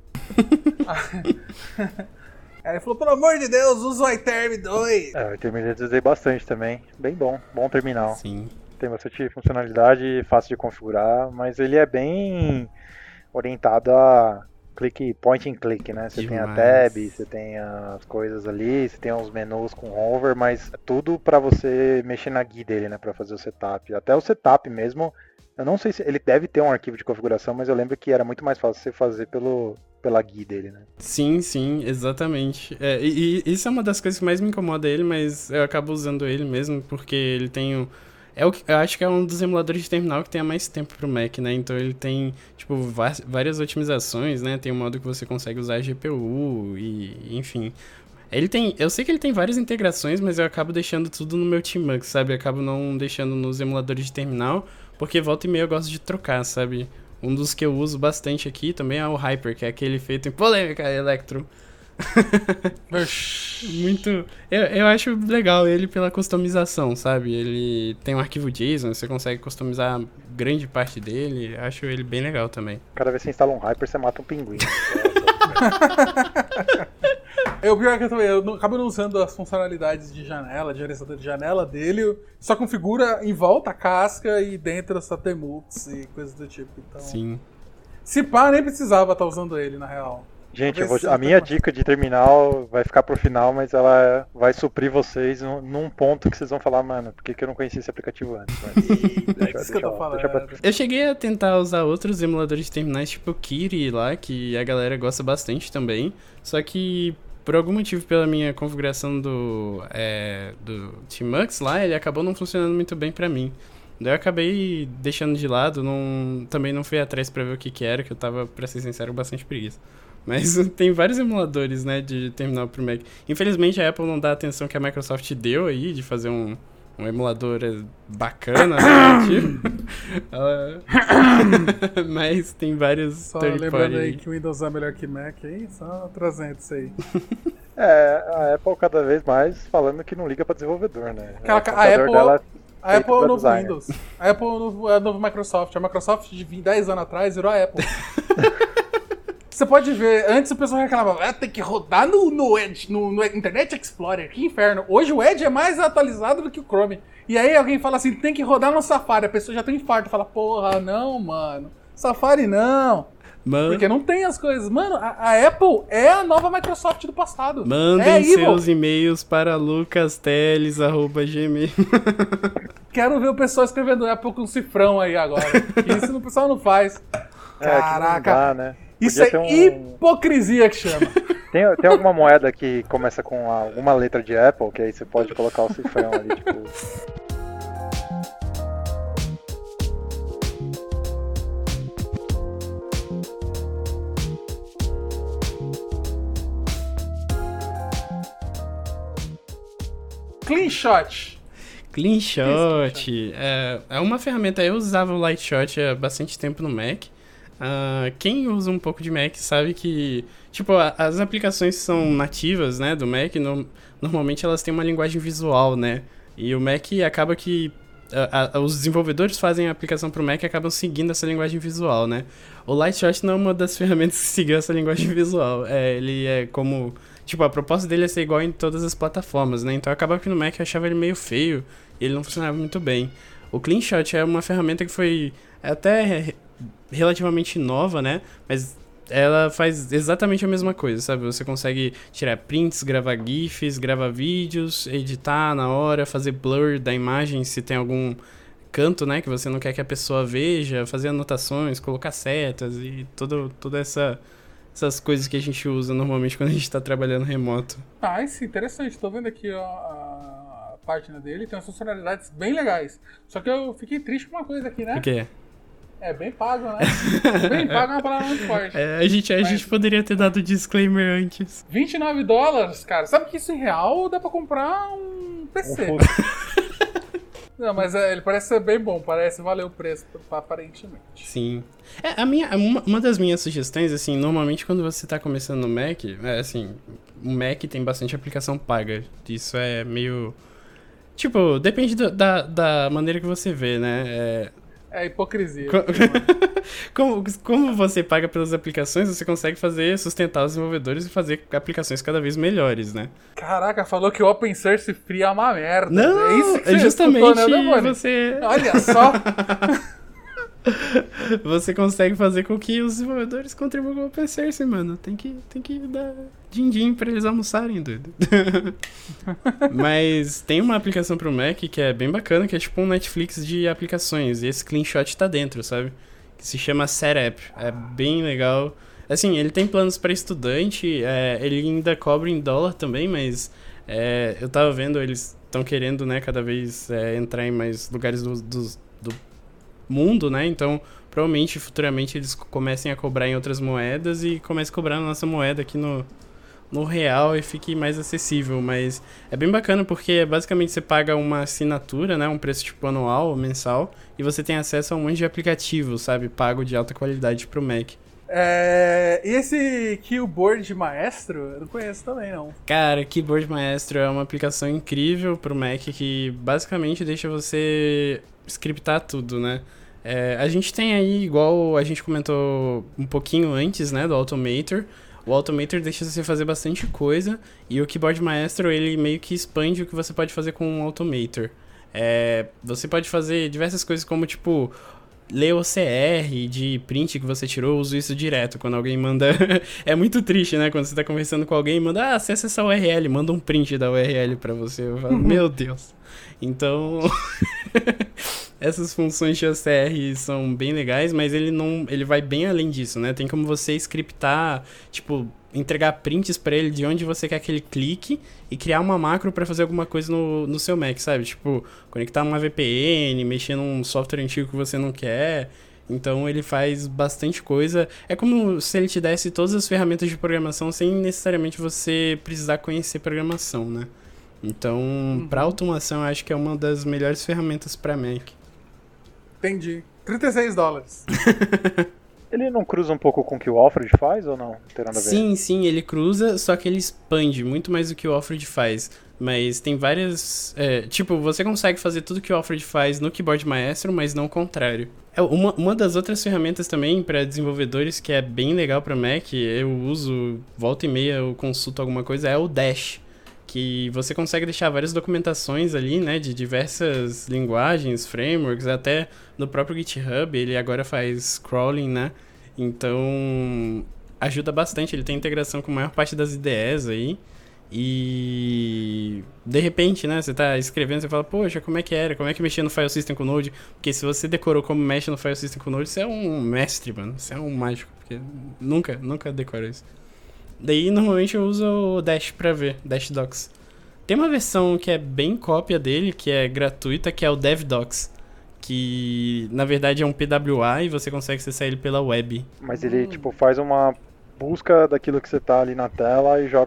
Aí ele falou, pelo amor de Deus, usa o iTerm 2. O iTerm eu usei bastante também. Bem bom terminal. Sim. Tem bastante funcionalidade, fácil de configurar, mas ele é bem orientado a point and click, né? Você tem a tab, você tem as coisas ali, você tem os menus com hover, mas é tudo pra você mexer na GUI dele, né? Pra fazer o setup. Até o setup mesmo, eu não sei se ele deve ter um arquivo de configuração, mas eu lembro que era muito mais fácil você fazer pela GUI dele, né? Sim, exatamente. E isso é uma das coisas que mais me incomoda ele, mas eu acabo usando ele mesmo, porque ele tem eu acho que é um dos emuladores de terminal que tem há mais tempo pro Mac, né? Então ele tem, tipo, várias otimizações, né? Tem um modo que você consegue usar a GPU e, enfim... Eu sei que ele tem várias integrações, mas eu acabo deixando tudo no meu Tmux, sabe? Eu acabo não deixando nos emuladores de terminal, porque volta e meia eu gosto de trocar, sabe? Um dos que eu uso bastante aqui também é o Hyper, que é aquele feito em polêmica, Electro. Muito... Eu acho legal ele pela customização, sabe? Ele tem um arquivo JSON, você consegue customizar grande parte dele. Acho ele bem legal também. Cada vez que você instala um Hyper, você mata um pinguim. O pior é que eu acabo não usando as funcionalidades de janela, de gerenciador de janela dele, só configura em volta a casca e dentro só tem mults e coisas do tipo. Então, sim. Se pá, nem precisava estar usando ele, na real. Gente, a minha dica de terminal vai ficar pro final, mas ela vai suprir vocês num ponto que vocês vão falar, mano, por que eu não conhecia esse aplicativo antes? Isso que eu tô falando. Eu cheguei a tentar usar outros emuladores de terminais, tipo o Kiri lá, que a galera gosta bastante também, só que por algum motivo, pela minha configuração do Tmux lá, ele acabou não funcionando muito bem pra mim. Daí eu acabei deixando de lado, também não fui atrás pra ver o que era, que eu tava, pra ser sincero, bastante preguiça. Mas tem vários emuladores, né, de terminal pro Mac. Infelizmente a Apple não dá a atenção que a Microsoft deu aí, de fazer um emulador bacana, né? Mas tem vários só lembrando aí que o Windows é melhor que Mac aí, só trazendo isso aí. A Apple cada vez mais falando que não liga pra desenvolvedor, né? A Apple é o novo Windows. A Apple é o novo Microsoft. A Microsoft de 10 anos atrás virou a Apple. Você pode ver, antes o pessoal reclamava, tem que rodar no Edge, no Internet Explorer, que inferno. Hoje o Edge é mais atualizado do que o Chrome. E aí alguém fala assim, tem que rodar no Safari. A pessoa já tem um infarto, fala, porra, não, mano. Safari não. Mano. Porque não tem as coisas. Mano, a Apple é a nova Microsoft do passado. Mandem seus e-mails para lucasteles@gmail. Quero ver o pessoal escrevendo Apple com cifrão aí agora. Isso o pessoal não faz. Caraca. Não dá, né? Isso é hipocrisia que chama. Tem alguma moeda que começa com alguma letra de Apple, que aí você pode colocar o cifrão ali, tipo... CleanShot. CleanShot é uma ferramenta. Eu usava o Lightshot há bastante tempo no Mac. Quem usa um pouco de Mac sabe que, tipo, as aplicações que são nativas, né, do Mac, normalmente elas têm uma linguagem visual, né? E o Mac acaba que os desenvolvedores fazem a aplicação para o Mac e acabam seguindo essa linguagem visual, né? O Lightshot não é uma das ferramentas que seguiu essa linguagem visual. Ele é como... Tipo, a proposta dele é ser igual em todas as plataformas, né? Então acaba que no Mac eu achava ele meio feio e ele não funcionava muito bem. O CleanShot é uma ferramenta que foi até relativamente nova, né? Mas ela faz exatamente a mesma coisa, sabe? Você consegue tirar prints, gravar GIFs, gravar vídeos, editar na hora, fazer blur da imagem se tem algum canto, né? Que você não quer que a pessoa veja, fazer anotações, colocar setas e toda essas coisas que a gente usa normalmente quando a gente tá trabalhando remoto. Isso é interessante. Tô vendo aqui a página dele, tem umas funcionalidades bem legais. Só que eu fiquei triste com uma coisa aqui, né? O quê? É bem pago, né? Bem pago é uma palavra muito forte. A gente poderia ter dado disclaimer antes. $29, cara. Sabe que isso em real dá pra comprar um PC. Não, mas ele parece ser bem bom, parece valer o preço, aparentemente. Sim. Uma das minhas sugestões, assim, normalmente quando você tá começando no Mac, assim, o Mac tem bastante aplicação paga. Isso é meio... Tipo, depende da maneira que você vê, né? É hipocrisia. Como você paga pelas aplicações, você consegue sustentar os desenvolvedores e fazer aplicações cada vez melhores, né? Caraca, falou que o open source free é uma merda. Não, é isso que você justamente escutou, né, você... Olha só! Você consegue fazer com que os desenvolvedores contribuam com o open source, mano. Tem que dar din-din pra eles almoçarem, doido. Mas tem uma aplicação pro Mac que é bem bacana, que é tipo um Netflix de aplicações. E esse CleanShot tá dentro, sabe? Que se chama Setup. É bem legal. Assim, ele tem planos pra estudante, ele ainda cobra em dólar também, mas eu tava vendo, eles estão querendo, né, cada vez entrar em mais lugares do mundo, né? Então, provavelmente, futuramente, eles comecem a cobrar em outras moedas e comecem a cobrar na nossa moeda aqui no real e fique mais acessível. Mas é bem bacana porque, basicamente, você paga uma assinatura, né? Um preço tipo anual ou mensal e você tem acesso a um monte de aplicativos, sabe? Pago de alta qualidade pro Mac. E esse Keyboard Maestro, eu não conheço também, não. Cara, Keyboard Maestro é uma aplicação incrível pro Mac que, basicamente, deixa você scriptar tudo, né? A gente tem aí, igual a gente comentou um pouquinho antes, né, do Automator. O Automator deixa você fazer bastante coisa e o Keyboard Maestro, ele meio que expande o que você pode fazer com o Automator. Você pode fazer diversas coisas como, tipo, ler o CR de print que você tirou. Eu uso isso direto quando alguém manda... É muito triste, né, quando você tá conversando com alguém e manda, acessa essa URL, manda um print da URL pra você. Eu falo, meu Deus. Então... Essas funções de OCR são bem legais, mas ele vai bem além disso, né? Tem como você scriptar, tipo, entregar prints pra ele de onde você quer que ele clique e criar uma macro pra fazer alguma coisa no seu Mac, sabe? Tipo, conectar uma VPN, mexer num software antigo que você não quer. Então ele faz bastante coisa. É como se ele te desse todas as ferramentas de programação sem necessariamente você precisar conhecer programação, né? Então, pra automação, eu acho que é uma das melhores ferramentas pra Mac. Entendi. $36. Ele não cruza um pouco com o que o Alfred faz ou não? Não tem nada a ver? Sim, ele cruza, só que ele expande muito mais do que o Alfred faz. Mas tem várias... tipo, você consegue fazer tudo que o Alfred faz no Keyboard Maestro, mas não o contrário. Uma das outras ferramentas também para desenvolvedores que é bem legal para Mac, eu uso, volta e meia eu consulto alguma coisa, é o Dash. Que você consegue deixar várias documentações ali, né, de diversas linguagens, frameworks, até no próprio GitHub, ele agora faz crawling, né, então ajuda bastante, ele tem integração com a maior parte das IDEs aí, e de repente, né, você tá escrevendo, você fala, poxa, como é que mexia no file system com Node, porque se você decorou como mexe no file system com Node, você é um mestre, mano, você é um mágico, porque nunca decora isso. Daí normalmente eu uso o Dash pra ver, Dash Docs. Tem uma versão que é bem cópia dele, que é gratuita, que é o DevDocs. Que na verdade é um PWA e você consegue acessar ele pela web. Mas ele, tipo, faz uma busca daquilo que você tá ali na tela e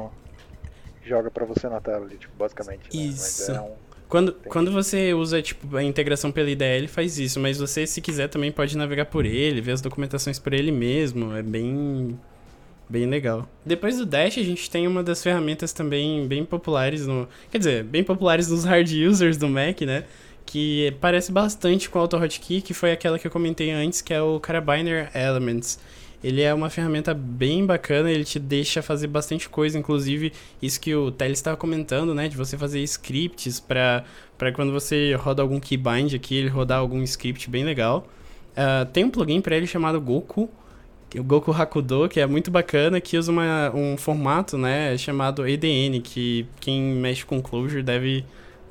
joga pra você na tela ali, tipo, basicamente. Né? Isso. Mas Quando você usa tipo, a integração pela IDE, ele faz isso. Mas você, se quiser, também pode navegar por ele, ver as documentações por ele mesmo. É bem legal. Depois do Dash, a gente tem uma das ferramentas também bem populares bem populares nos hard users do Mac, né? Que parece bastante com o AutoHotkey, que foi aquela que eu comentei antes, que é o Carabiner Elements. Ele é uma ferramenta bem bacana, ele te deixa fazer bastante coisa, inclusive isso que o Teles estava comentando, né, de você fazer scripts para quando você roda algum keybind aqui, ele rodar algum script bem legal. Tem um plugin para ele chamado Goku, o Goku Hakudo, que é muito bacana, que usa um formato, né, chamado EDN, que quem mexe com Clojure deve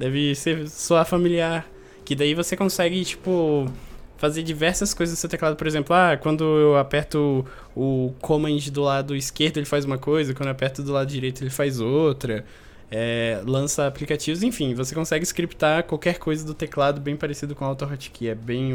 soar familiar, que daí você consegue, tipo, fazer diversas coisas no seu teclado. Por exemplo, quando eu aperto o command do lado esquerdo ele faz uma coisa, quando eu aperto do lado direito ele faz outra, lança aplicativos, enfim, você consegue scriptar qualquer coisa do teclado bem parecido com o AutoHotkey, é bem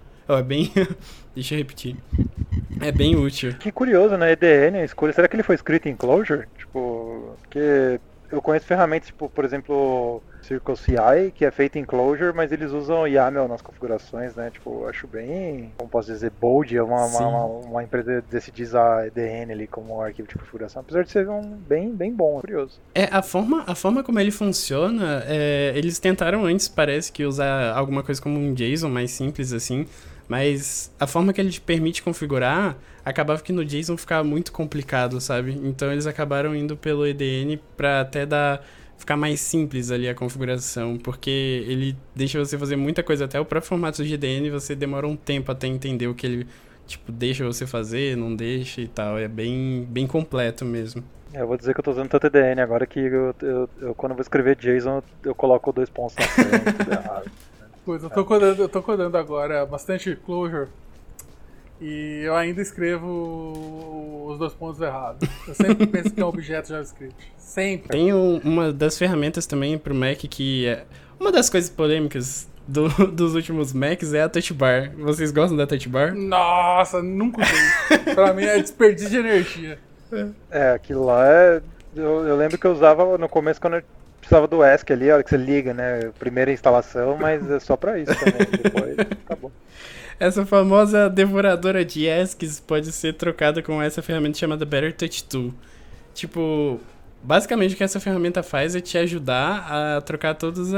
deixa eu repetir, é bem útil. que curioso, né? EDN, a escolha, será que ele foi escrito em Clojure? Tipo, porque eu conheço ferramentas, tipo, por exemplo, CircleCI, que é feito em Clojure, mas eles usam YAML nas configurações, né? Tipo, eu acho bem, como posso dizer, bold, uma empresa decidir usar EDN ali como arquivo de configuração, apesar de ser bem bom, curioso. A forma como ele funciona, eles tentaram antes, parece que usar alguma coisa como um JSON mais simples assim, mas a forma que ele te permite configurar, acabava que no JSON ficava muito complicado, sabe? Então eles acabaram indo pelo EDN pra até ficar mais simples ali a configuração, porque ele deixa você fazer muita coisa, até o próprio formato de EDN você demora um tempo até entender o que ele, tipo, deixa você fazer, não deixa e tal, é bem completo mesmo. Eu vou dizer que eu tô usando tanto EDN agora que eu quando eu vou escrever JSON, eu coloco 2 pontos na frente, tudo errado. Pois, eu tô codando agora bastante Clojure e eu ainda escrevo os 2 pontos errados. Eu sempre penso que é um objeto JavaScript. Sempre. Tem uma das ferramentas também pro Mac que é... Uma das coisas polêmicas dos últimos Macs é a Touch Bar. Vocês gostam da Touch Bar? Nossa, nunca usei. Pra mim é desperdício de energia. Aquilo lá eu lembro que eu usava no começo quando eu precisava do ESC ali, a hora que você liga, né? Primeira instalação, mas é só pra isso também. Depois acabou. Essa famosa devoradora de ESCs pode ser trocada com essa ferramenta chamada Better Touch Tool. Tipo, basicamente o que essa ferramenta faz é te ajudar a trocar todas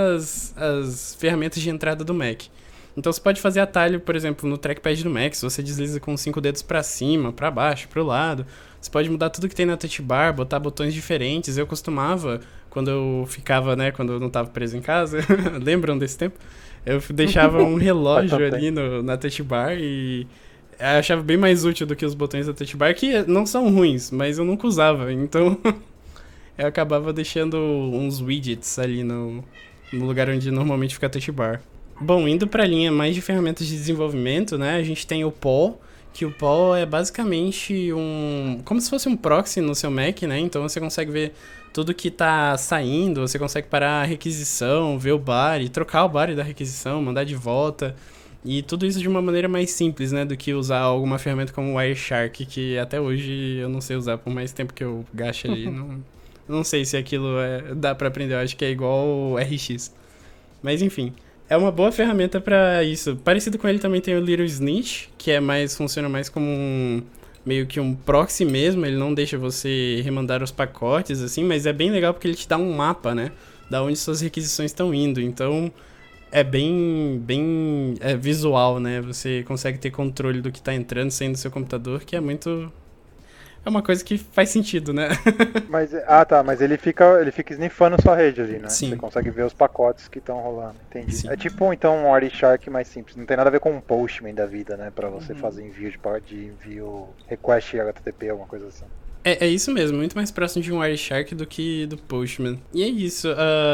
as ferramentas de entrada do Mac. Então você pode fazer atalho, por exemplo, no trackpad do Mac, se você desliza com 5 dedos pra cima, pra baixo, pro lado. Você pode mudar tudo que tem na touch bar, botar botões diferentes. Eu costumava, quando eu ficava, né, quando eu não tava preso em casa, lembram desse tempo? Eu deixava um relógio ali na touch bar e eu achava bem mais útil do que os botões da touch bar, que não são ruins, mas eu nunca usava, então eu acabava deixando uns widgets ali no lugar onde normalmente fica a touch bar. Bom, indo pra linha mais de ferramentas de desenvolvimento, né, a gente tem o Paw, que o Paw é basicamente como se fosse um proxy no seu Mac, né, então você consegue ver tudo que tá saindo, você consegue parar a requisição, ver o body, trocar o body da requisição, mandar de volta, e tudo isso de uma maneira mais simples, né, do que usar alguma ferramenta como o Wireshark, que até hoje eu não sei usar, por mais tempo que eu gaste ali, não sei se aquilo dá pra aprender, eu acho que é igual o RX. Mas enfim, é uma boa ferramenta pra isso. Parecido com ele também tem o Little Snitch, que funciona mais como meio que um proxy mesmo, ele não deixa você remandar os pacotes, assim, mas é bem legal porque ele te dá um mapa, né, da onde suas requisições estão indo, então é bem visual, né, você consegue ter controle do que está entrando, saindo do seu computador, que é uma coisa que faz sentido, né. Mas ele fica sniffando sua rede ali, né? Sim. Você consegue ver os pacotes que estão rolando, entendi. Sim. É tipo, então, um Wireshark mais simples, não tem nada a ver com um Postman da vida, né? Pra você fazer envio de envio, request HTTP, alguma coisa assim. É isso mesmo, muito mais próximo de um Wireshark do que do Postman. E é isso,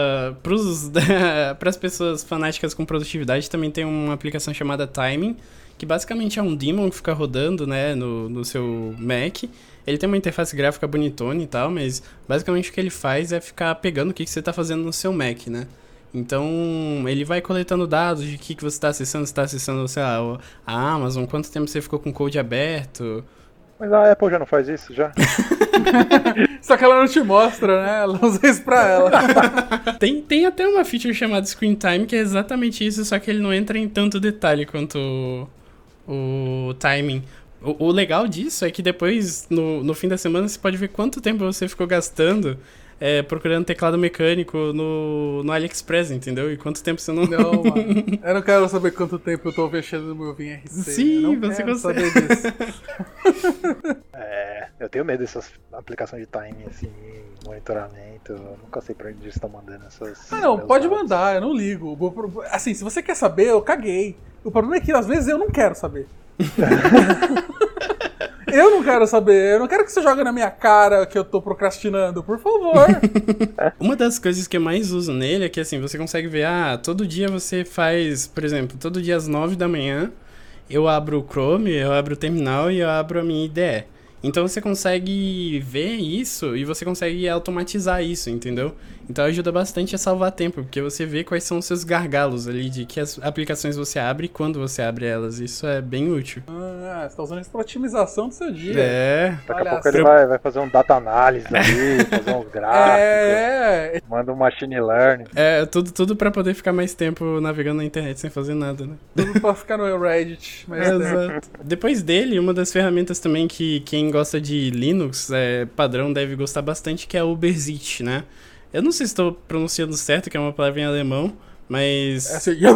para as pessoas fanáticas com produtividade também tem uma aplicação chamada Timing, que basicamente é um daemon que fica rodando, né, no seu Mac. Ele tem uma interface gráfica bonitona e tal, mas basicamente o que ele faz é ficar pegando o que você está fazendo no seu Mac, né? Então, ele vai coletando dados de que você está acessando, se está acessando, sei lá, a Amazon, quanto tempo você ficou com o code aberto. Mas a Apple já não faz isso, já? Só que ela não te mostra, né? Ela usa isso pra ela. Tem até uma feature chamada Screen Time, que é exatamente isso, só que ele não entra em tanto detalhe quanto o timing. O legal disso é que depois, no fim da semana, você pode ver quanto tempo você ficou gastando procurando teclado mecânico no AliExpress, entendeu? E quanto tempo você não... Não, mano. Eu não quero saber quanto tempo eu tô mexendo no meu VNRC. Sim, eu não você quero consegue. saber disso. Eu tenho medo dessas aplicações de timing, assim, monitoramento. Eu nunca sei pra onde eles estão mandando essas... Ah, não, pode mandar, eu não ligo. Assim, se você quer saber, eu caguei. O problema é que às vezes eu não quero saber. Eu não quero saber, eu não quero que você jogue na minha cara que eu tô procrastinando, por favor. Uma das coisas que eu mais uso nele é que, assim, você consegue ver, todo dia você faz, por exemplo, todo dia às 9 da manhã, eu abro o Chrome, eu abro o terminal e eu abro a minha IDE. Então você consegue ver isso e você consegue automatizar isso, entendeu? Então ajuda bastante a salvar tempo, porque você vê quais são os seus gargalos ali, de que as aplicações você abre e quando você abre elas. Isso é bem útil. Você tá usando isso pra otimização do seu dia. Daqui a pouco ele vai fazer um data analysis ali, fazer uns gráficos, manda um machine learning. Tudo pra poder ficar mais tempo navegando na internet sem fazer nada, né? Tudo pra ficar no Reddit. Exato. Depois dele, uma das ferramentas também que quem gosta de Linux, padrão, deve gostar bastante, que é a Uberzit, né? Eu não sei se estou pronunciando certo, que é uma palavra em alemão, mas...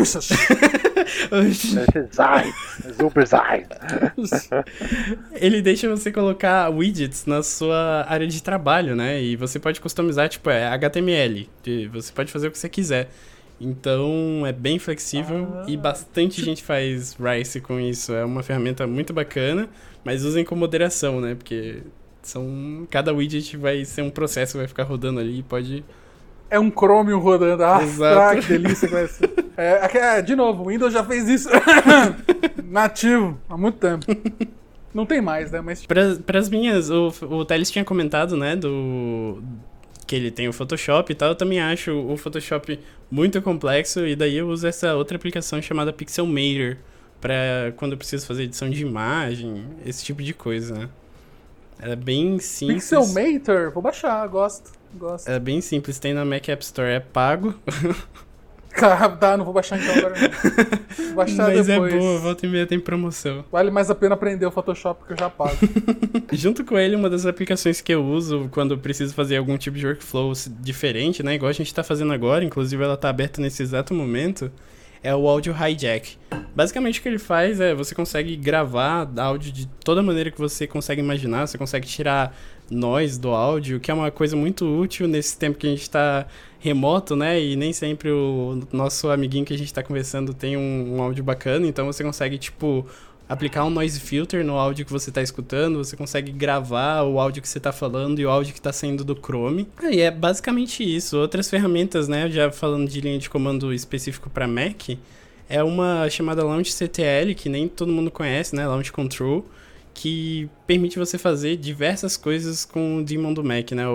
Ele deixa você colocar widgets na sua área de trabalho, né? E você pode customizar, tipo, HTML. Você pode fazer o que você quiser. Então, é bem flexível e bastante gente faz Rice com isso. É uma ferramenta muito bacana, mas usem com moderação, né? Porque cada widget vai ser um processo que vai ficar rodando ali e pode... É um Chromium rodando. Exato. Que delícia que vai ser. De novo, o Windows já fez isso nativo há muito tempo. Não tem mais, né? Mas... Pras minhas, o Teles tinha comentado, né, que ele tem o Photoshop e tal. Eu também acho o Photoshop muito complexo e daí eu uso essa outra aplicação chamada Pixelmator pra quando eu preciso fazer edição de imagem, esse tipo de coisa, né? Ela é bem simples. Pixelmator? Vou baixar, gosto. É bem simples, tem na Mac App Store, é pago. Não vou baixar então agora não. Vou baixar mas depois. É boa, volta e meia tem promoção. Vale mais a pena aprender o Photoshop que eu já pago. Junto com ele, uma das aplicações que eu uso quando eu preciso fazer algum tipo de workflow diferente, né? Igual a gente tá fazendo agora, inclusive ela tá aberta nesse exato momento, é o Audio Hijack. Basicamente o que ele faz é, você consegue gravar áudio de toda maneira que você consegue imaginar, você consegue tirar noise do áudio, que é uma coisa muito útil nesse tempo que a gente tá remoto, né, e nem sempre o nosso amiguinho que a gente tá conversando tem um áudio bacana, então você consegue, tipo, aplicar um noise filter no áudio que você tá escutando, você consegue gravar o áudio que você tá falando e o áudio que tá saindo do Chrome. E é basicamente isso. Outras ferramentas, né, já falando de linha de comando específico para Mac, é uma chamada Launch CTL, que nem todo mundo conhece, né, Launch Control, que permite você fazer diversas coisas com o daemon do Mac, né,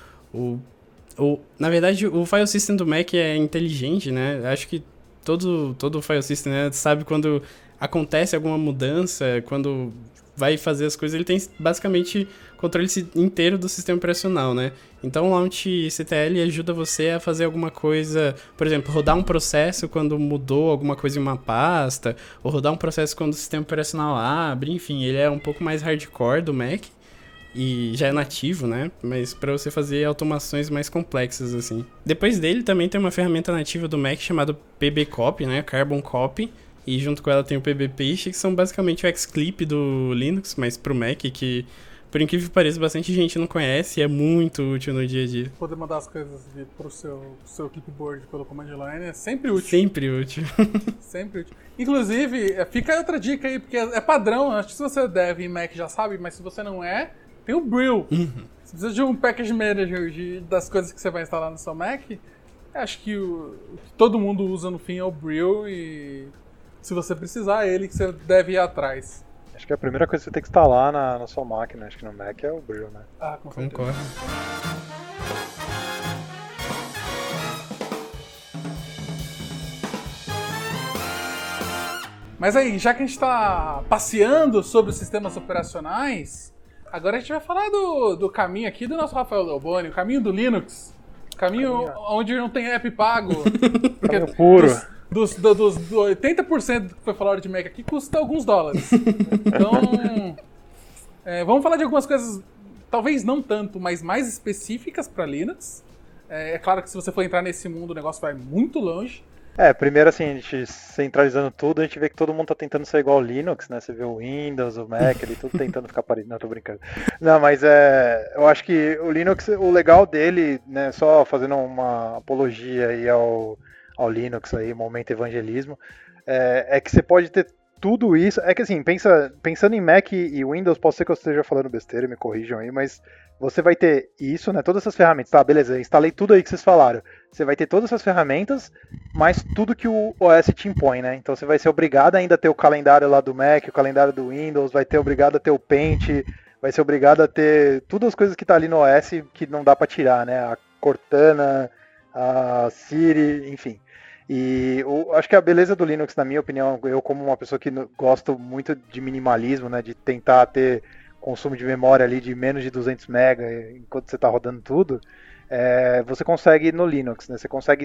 na verdade, o file system do Mac é inteligente, né, acho que todo file system, né, sabe quando acontece alguma mudança, quando vai fazer as coisas, ele tem basicamente controle inteiro do sistema operacional, né? Então o Launch CTL ajuda você a fazer alguma coisa, por exemplo, rodar um processo quando mudou alguma coisa em uma pasta, ou rodar um processo quando o sistema operacional abre, enfim, ele é um pouco mais hardcore do Mac, e já é nativo, né? Mas para você fazer automações mais complexas, assim. Depois dele também tem uma ferramenta nativa do Mac chamada PBCopy, né? Carbon Copy, e junto com ela tem o PBPaste, que são basicamente o Xclip do Linux, mas pro Mac, que por incrível que pareça, bastante gente não conhece e é muito útil no dia a dia. Poder mandar as coisas pro seu clipboard pelo command line é sempre útil. Sempre útil. Sempre útil. Inclusive, fica aí outra dica aí, porque é padrão, acho que se você é dev em Mac já sabe, mas se você não é, tem o Brill. Você precisa de um package manager das coisas que você vai instalar no seu Mac. Acho que o que todo mundo usa no fim é o Brill e se você precisar, é ele que você deve ir atrás. Acho que a primeira coisa que você tem que instalar na sua máquina, acho que no Mac, é o Brill, né? Ah, com certeza. Concordo. Mas aí, já que a gente está passeando sobre os sistemas operacionais, agora a gente vai falar do caminho aqui do nosso Rafael Delboni, o caminho do Linux. O caminho onde não tem app pago. Caminho puro. Dos 80% que foi falado de Mac aqui custa alguns dólares. Então, vamos falar de algumas coisas, talvez não tanto, mas mais específicas para Linux. É claro que se você for entrar nesse mundo, o negócio vai muito longe. Primeiro assim, a gente centralizando tudo, a gente vê que todo mundo tá tentando ser igual ao Linux, né? Você vê o Windows, o Mac ali, tudo tentando ficar parecido. Não, tô brincando. Não, mas eu acho que o Linux, o legal dele, né, só fazendo uma apologia aí ao Linux aí, momento evangelismo, é que você pode ter tudo isso. É que assim, pensando em Mac e Windows, pode ser que eu esteja falando besteira, me corrijam aí, mas você vai ter isso, né? Todas essas ferramentas. Tá, beleza, instalei tudo aí que vocês falaram. Você vai ter todas essas ferramentas, mas tudo que o OS te impõe, né? Então você vai ser obrigado ainda a ter o calendário lá do Mac, o calendário do Windows, vai ter obrigado a ter o Paint, vai ser obrigado a ter todas as coisas que tá ali no OS que não dá pra tirar, né? A Cortana, a Siri, enfim. E acho que a beleza do Linux, na minha opinião, eu como uma pessoa que gosto muito de minimalismo, né? De tentar ter consumo de memória ali de menos de 200 MB enquanto você está rodando tudo, você consegue no Linux, né? Você consegue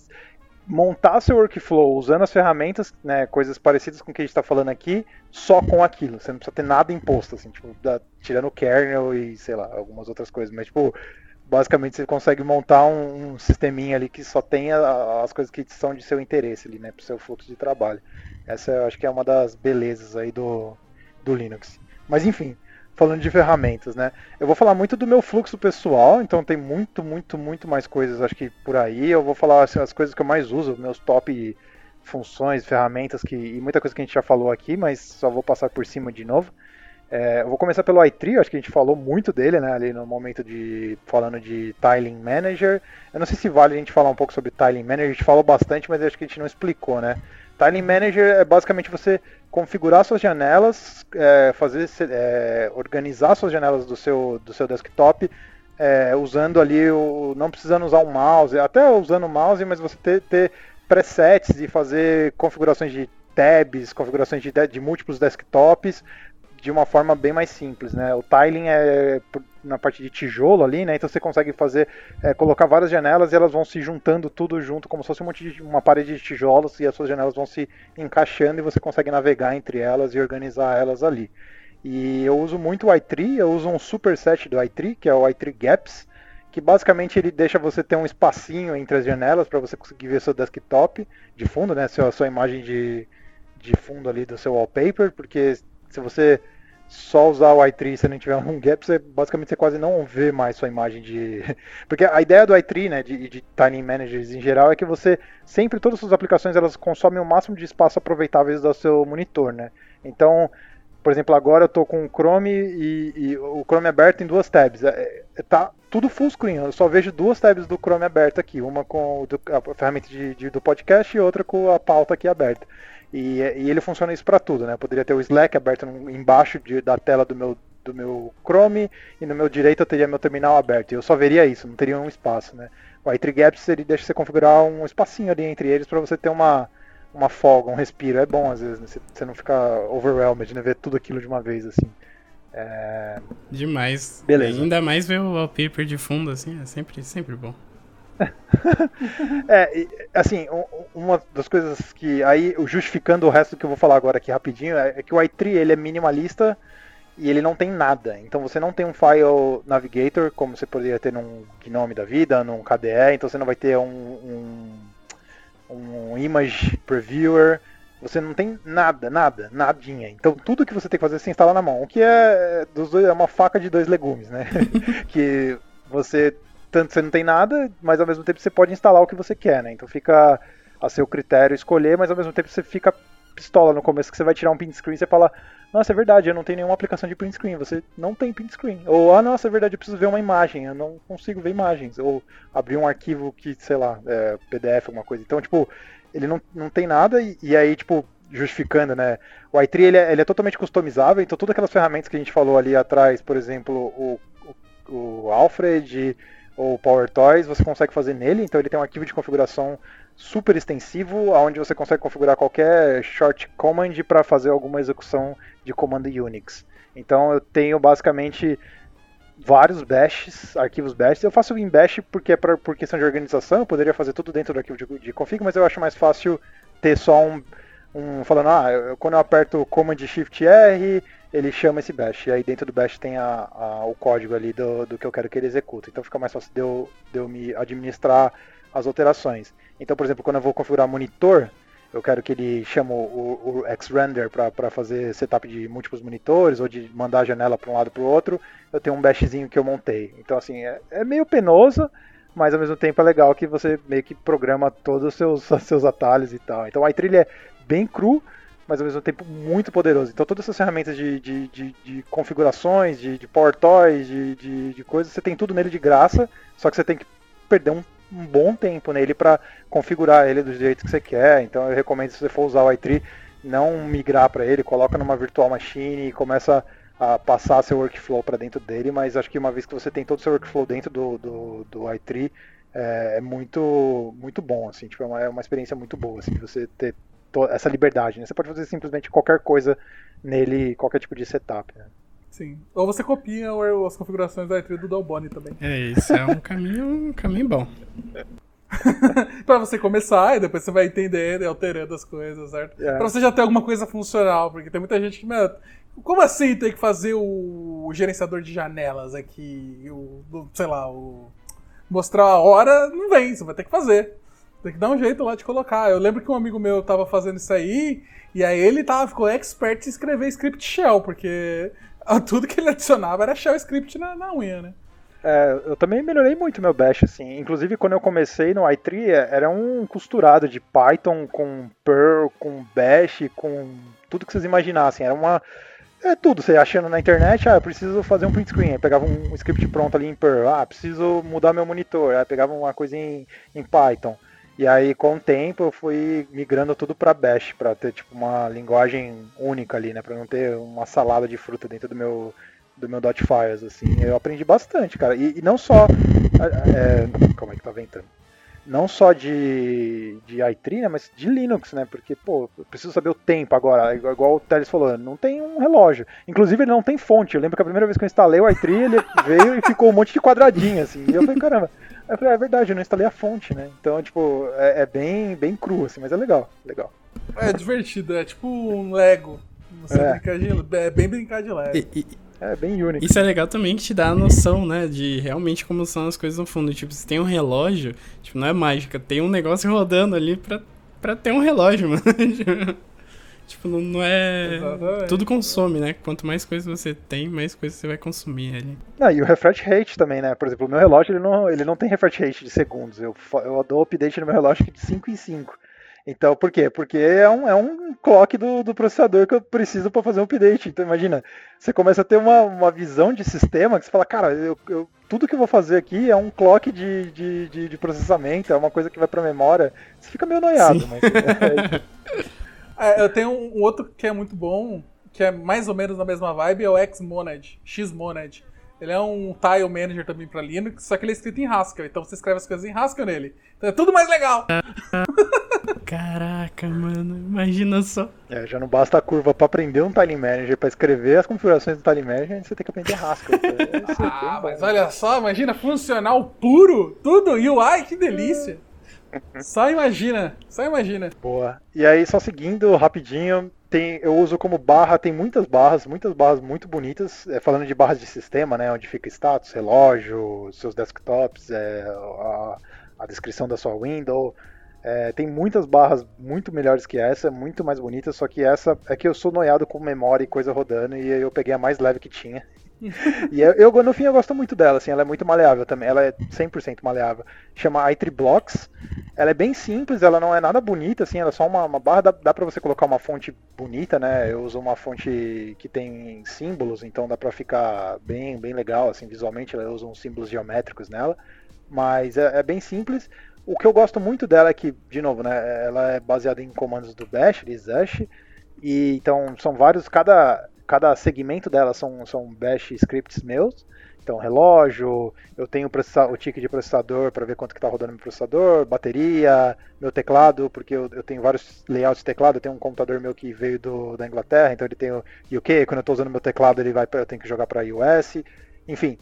montar seu workflow usando as ferramentas, né, coisas parecidas com o que a gente está falando aqui, só com aquilo. Você não precisa ter nada imposto, assim, tipo, tirando o kernel e, sei lá, algumas outras coisas, mas, tipo, basicamente você consegue montar um sisteminha ali que só tenha as coisas que são de seu interesse ali, né, para o seu fluxo de trabalho. Essa eu acho que é uma das belezas aí do Linux. Mas, enfim, falando de ferramentas, né? Eu vou falar muito do meu fluxo pessoal, então tem muito mais coisas, acho que por aí. Eu vou falar assim, as coisas que eu mais uso, meus top funções, ferramentas, e muita coisa que a gente já falou aqui, mas só vou passar por cima de novo. Eu vou começar pelo iTree, acho que a gente falou muito dele, né? Ali no momento falando de Tiling Manager. Eu não sei se vale a gente falar um pouco sobre Tiling Manager, a gente falou bastante, mas acho que a gente não explicou, né? Tiling Manager é basicamente você configurar suas janelas, organizar suas janelas do seu desktop, usando ali, não precisando usar um mouse, até usando o mouse, mas você ter presets e fazer configurações de tabs, configurações de múltiplos desktops, de uma forma bem mais simples, né? O tiling é na parte de tijolo ali, né? Então você consegue colocar várias janelas e elas vão se juntando tudo junto, como se fosse uma parede de tijolos, e as suas janelas vão se encaixando e você consegue navegar entre elas e organizar elas ali. E eu uso muito o iTree, eu uso um superset do iTree, que é o iTree Gaps, que basicamente ele deixa você ter um espacinho entre as janelas para você conseguir ver seu desktop de fundo, né? A sua imagem de fundo ali do seu wallpaper, porque se você só usar o iTree e você não tiver um gap, basicamente você quase não vê mais sua imagem de... Porque a ideia do iTree, né, de Tiling Managers em geral, é que você sempre, todas as suas aplicações, elas consomem o máximo de espaço aproveitáveis do seu monitor, né? Então, por exemplo, agora eu estou com o Chrome e o Chrome aberto em duas tabs. Tá tudo full screen, eu só vejo duas tabs do Chrome aberto aqui, uma com a ferramenta do podcast e outra com a pauta aqui aberta. E ele funciona isso para tudo, né? Eu poderia ter o Slack aberto embaixo da tela do meu Chrome, e no meu direito eu teria meu terminal aberto. E eu só veria isso, não teria um espaço, né? O iTree Gaps ele deixa você configurar um espacinho ali entre eles para você ter uma folga, um respiro. É bom às vezes, né? Você não ficar overwhelmed, né? Ver tudo aquilo de uma vez, assim. Demais. Beleza. Ainda mais ver o wallpaper de fundo, assim, é sempre bom. Assim, uma das coisas que aí, justificando o resto que eu vou falar agora aqui rapidinho, é que o iTree ele é minimalista e ele não tem nada. Então você não tem um file navigator como você poderia ter num GNOME da vida, num KDE. Então você não vai ter um image previewer. Você não tem nadinha. Então tudo que você tem que fazer é se instalar na mão. O que é uma faca de dois legumes, né? Que você não tem nada, mas ao mesmo tempo você pode instalar o que você quer, né? Então fica a seu critério escolher, mas ao mesmo tempo você fica pistola no começo, que você vai tirar um print screen e você fala, nossa, é verdade, eu não tenho nenhuma aplicação de print screen, você não tem print screen. Ou, nossa, é verdade, eu preciso ver uma imagem, eu não consigo ver imagens. Ou abrir um arquivo que, sei lá, PDF, alguma coisa. Então, tipo, ele não tem nada e aí, tipo, justificando, né? O i3 ele é totalmente customizável, então todas aquelas ferramentas que a gente falou ali atrás, por exemplo, o Alfred ou o PowerToys, você consegue fazer nele, então ele tem um arquivo de configuração super extensivo, onde você consegue configurar qualquer short command para fazer alguma execução de comando Unix. Então eu tenho basicamente vários bashes, arquivos bash. Eu faço em bash porque é por questão de organização, eu poderia fazer tudo dentro do arquivo de config, mas eu acho mais fácil ter só falando, quando eu aperto Command Shift R, ele chama esse bash. E aí dentro do bash tem o código ali do que eu quero que ele execute. Então fica mais fácil de eu me administrar as alterações. Então, por exemplo, quando eu vou configurar monitor, eu quero que ele chame o xrender para fazer setup de múltiplos monitores ou de mandar a janela para um lado para o outro. Eu tenho um bashzinho que eu montei. Então, assim, é meio penoso, mas ao mesmo tempo é legal que você meio que programa todos os seus atalhos e tal. Então, o i3 é bem cru, mas ao mesmo tempo muito poderoso. Então, todas essas ferramentas de configurações, de PowerToys, de coisas, você tem tudo nele de graça, só que você tem que perder um bom tempo nele para configurar ele do jeito que você quer. Então eu recomendo, se você for usar o i3, não migrar para ele, coloca numa virtual machine e começa a passar seu workflow para dentro dele, mas acho que uma vez que você tem todo o seu workflow dentro do i3, é muito, muito bom, assim, tipo, é uma experiência muito boa, assim, de você ter essa liberdade, né? Você pode fazer simplesmente qualquer coisa nele, qualquer tipo de setup, né? Sim. Ou você copia as configurações do i3 do Dalboni também. Isso é um caminho bom. Pra você começar e depois você vai entendendo e alterando as coisas, certo? Pra você já ter alguma coisa funcional, porque tem muita gente que, como assim tem que fazer o gerenciador de janelas aqui, sei lá, mostrar a hora, não vem, você vai ter que fazer. Tem que dar um jeito lá de colocar. Eu lembro que um amigo meu tava fazendo isso aí, e aí ele ficou expert em escrever script shell, porque tudo que ele adicionava era shell script na unha, né? Eu também melhorei muito meu bash, assim. Inclusive, quando eu comecei no i3, era um costurado de Python com Perl, com bash, com tudo que vocês imaginassem. Era tudo, você achando na internet, eu preciso fazer um print screen. Aí pegava um script pronto ali em Perl. Preciso mudar meu monitor. Aí pegava uma coisa em Python. E aí, com o tempo, eu fui migrando tudo para bash, para ter tipo uma linguagem única ali, né? Para não ter uma salada de fruta dentro do meu .files, assim. Eu aprendi bastante, cara. E não só... Calma aí que tá ventando. Não só de i3, né, mas de Linux, né? Porque, pô, eu preciso saber o tempo agora. Igual o Teles falou, não tem um relógio. Inclusive, ele não tem fonte. Eu lembro que a primeira vez que eu instalei o i3, ele veio e ficou um monte de quadradinho, assim. E eu falei, caramba... Aí eu falei, é verdade, eu não instalei a fonte, né? Então, tipo, é bem, bem cru, assim, mas é legal. É divertido, é tipo um Lego. Você é bem brincar de Lego. É bem único. Isso é legal também, que te dá a noção, né, de realmente como são as coisas no fundo. Tipo, se tem um relógio, tipo, não é mágica, tem um negócio rodando ali pra ter um relógio, mano. Tipo, não é... Exatamente. Tudo consome, né? Quanto mais coisas você tem, mais coisas você vai consumir ali. E o refresh rate também, né? Por exemplo, o meu relógio, ele não tem refresh rate de segundos. Eu dou update no meu relógio de 5 em 5. Então, por quê? Porque é um clock do processador que eu preciso para fazer um update. Então, imagina, você começa a ter uma visão de sistema que você fala, cara, tudo que eu vou fazer aqui é um clock de processamento, é uma coisa que vai para memória. Você fica meio noiado, Sim. mas... eu tenho um outro que é muito bom, que é mais ou menos na mesma vibe, é o Xmonad. Ele é um tile manager também pra Linux, só que ele é escrito em Haskell, então você escreve as coisas em Haskell nele. Então é tudo mais legal! Caraca, mano, imagina só. Já não basta a curva pra aprender um tile manager, pra escrever as configurações do tile manager, você tem que aprender Haskell. Mas olha só, imagina funcional puro, tudo UI, que delícia! Só imagina. Boa. E aí, só seguindo rapidinho, eu uso como barra, tem muitas barras muito bonitas, falando de barras de sistema, né, onde fica status, relógio, seus desktops, a descrição da sua window. Tem muitas barras muito melhores que essa, muito mais bonitas, só que essa é que eu sou noiado com memória e coisa rodando, e eu peguei a mais leve que tinha. E no fim eu gosto muito dela, assim, ela é muito maleável também, ela é 100% maleável. Chama iTreeBlocks, ela é bem simples, ela não é nada bonita, assim, ela é só uma barra, dá pra você colocar uma fonte bonita, né? Eu uso uma fonte que tem símbolos, então dá pra ficar bem legal, assim, visualmente, eu uso uns símbolos geométricos nela, mas é bem simples. O que eu gosto muito dela é que, de novo, né, ela é baseada em comandos do Bash, Zash, e então são vários, cada segmento dela são bash scripts meus. Então, relógio, eu tenho o ticket de processador para ver quanto que está rodando meu processador, bateria, meu teclado, porque eu tenho vários layouts de teclado. Eu tenho um computador meu que veio da Inglaterra, então ele tem o UK. Quando eu estou usando meu teclado, eu tenho que jogar para US. Enfim,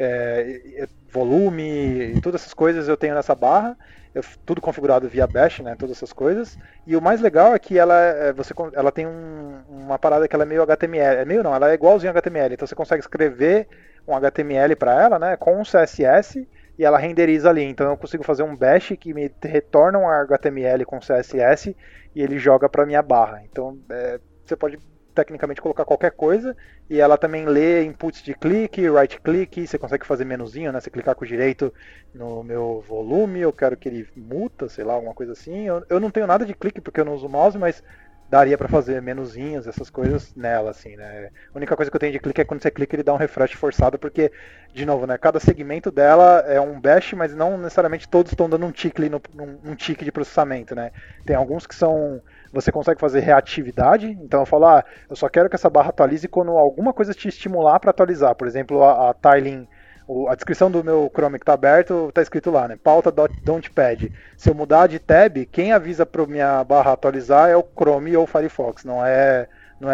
volume, todas essas coisas eu tenho nessa barra. Tudo configurado via Bash, né? Todas essas coisas. E o mais legal é que ela tem uma parada que ela é meio HTML. Ela é igualzinho HTML. Então você consegue escrever um HTML para ela, né? Com um CSS e ela renderiza ali. Então eu consigo fazer um Bash que me retorna um HTML com CSS e ele joga para minha barra. Então você pode tecnicamente colocar qualquer coisa, e ela também lê inputs de clique, right click, você consegue fazer menuzinho, né? Você clicar com o direito no meu volume, eu quero que ele muta, sei lá, alguma coisa assim. Eu não tenho nada de clique porque eu não uso mouse, mas daria para fazer menuzinhos, essas coisas nela, assim, né? A única coisa que eu tenho de clique é quando você clica ele dá um refresh forçado, porque, de novo, né? Cada segmento dela é um bash, mas não necessariamente todos estão dando um tique um tique de processamento, né? Tem alguns que você consegue fazer reatividade, então eu falo, eu só quero que essa barra atualize quando alguma coisa te estimular para atualizar. Por exemplo, a tiling, a descrição do meu Chrome que está aberto, está escrito lá, né? Pauta don't pad. Se eu mudar de tab, quem avisa para minha barra atualizar é o Chrome ou o Firefox, não é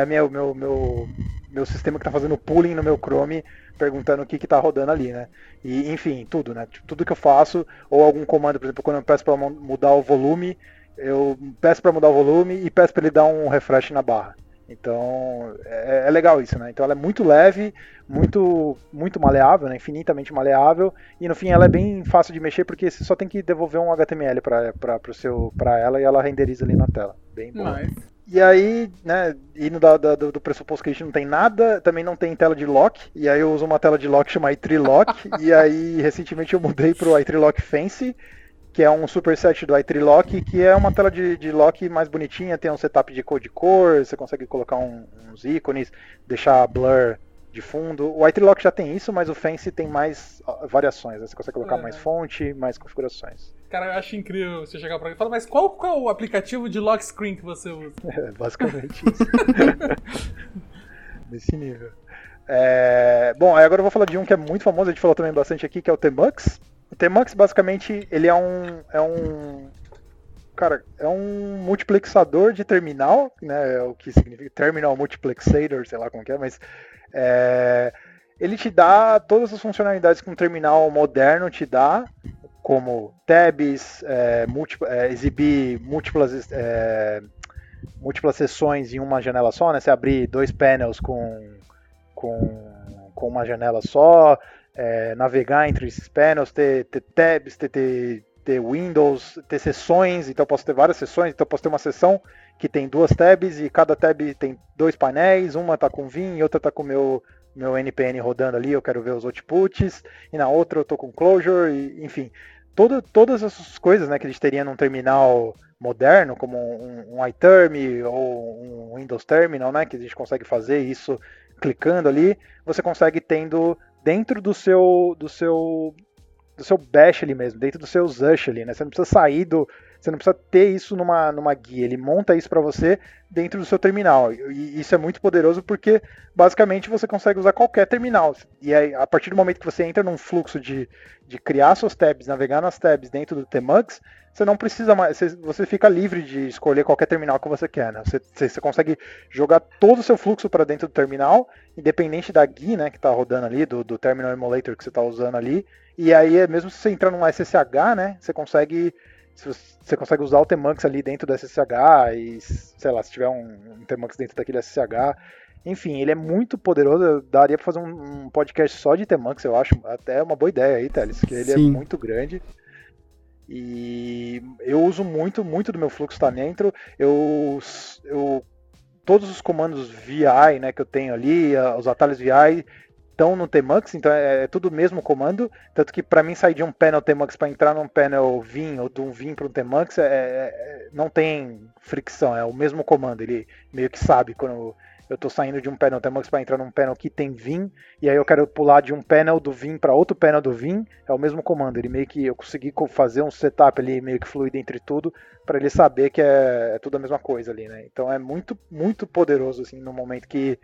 meu sistema que está fazendo pooling no meu Chrome perguntando o que está rodando ali, né? E enfim, tudo, né? Tudo que eu faço, ou algum comando, por exemplo, quando eu peço para mudar o volume, eu peço para mudar o volume e peço para ele dar um refresh na barra. Então é legal isso, né? Então ela é muito leve, muito maleável, né? Infinitamente maleável, e no fim ela é bem fácil de mexer porque você só tem que devolver um HTML para ela e ela renderiza ali na tela. Bem bom. Nice. E aí, né, indo do pressuposto que a gente não tem nada, também não tem tela de lock, e aí eu uso uma tela de lock chamada iTreeLock, e aí recentemente eu mudei pro iTreeLock Fancy, que é um superset do iTreeLock, que é uma tela de lock mais bonitinha, tem um setup de cor, você consegue colocar uns ícones, deixar blur de fundo. O iTreeLock já tem isso, mas o Fancy tem mais variações, né? Você consegue colocar mais fonte, mais configurações. Cara, eu acho incrível você chegar pra mim e falar, mas qual é o aplicativo de lock screen que você usa? Basicamente isso. Nesse nível. Bom, agora eu vou falar de um que é muito famoso, a gente falou também bastante aqui, que é o Tmux. O Tmux, basicamente, ele é um multiplexador de terminal, né? É o que significa Terminal Multiplexator, sei lá como que é, mas ele te dá todas as funcionalidades que um terminal moderno te dá, como tabs, exibir múltiplas sessões em uma janela só, né? Você abrir 2 panels com uma janela só, navegar entre esses panels, ter tabs, ter windows, ter sessões, então eu posso ter várias sessões, então eu posso ter uma sessão que tem 2 tabs e cada tab tem 2 painéis, uma está com Vim e outra está com meu NPN rodando ali, eu quero ver os outputs, e na outra eu estou com Clojure, e, enfim, todas essas coisas, né, que a gente teria num terminal moderno, como um iTerm ou um Windows Terminal, né, que a gente consegue fazer isso clicando ali, você consegue tendo dentro do seu bash ali mesmo, dentro do seu Zush ali, né? Você não precisa você não precisa ter isso numa guia, ele monta isso para você dentro do seu terminal. E isso é muito poderoso porque basicamente você consegue usar qualquer terminal. E aí, a partir do momento que você entra num fluxo de criar suas tabs, navegar nas tabs dentro do Tmux, você não precisa mais, você fica livre de escolher qualquer terminal que você quer, né? Você consegue jogar todo o seu fluxo para dentro do terminal, independente da GUI, né, que está rodando ali, do Terminal Emulator que você está usando ali. E aí, mesmo se você entrar num SSH, né, você consegue usar o Tmux ali dentro do SSH e, sei lá, se tiver um Tmux dentro daquele SSH. Enfim, ele é muito poderoso, daria para fazer um podcast só de Tmux, eu acho, até uma boa ideia aí, Teles, que ele Sim. É muito grande. E eu uso muito do meu fluxo tá dentro. Todos os comandos VI, né, que eu tenho ali, os atalhos VI, estão no Tmux, então é tudo o mesmo comando, tanto que para mim sair de um panel Tmux para entrar num panel Vim ou de um Vim para um Tmux não tem fricção, é o mesmo comando, ele meio que sabe quando eu estou saindo de um panel Tmux para entrar num panel que tem Vim, e aí eu quero pular de um panel do Vim para outro panel do Vim, é o mesmo comando, ele meio que eu consegui fazer um setup ali meio que fluido entre tudo, para ele saber que é tudo a mesma coisa ali, né? Então é muito, muito poderoso assim no momento que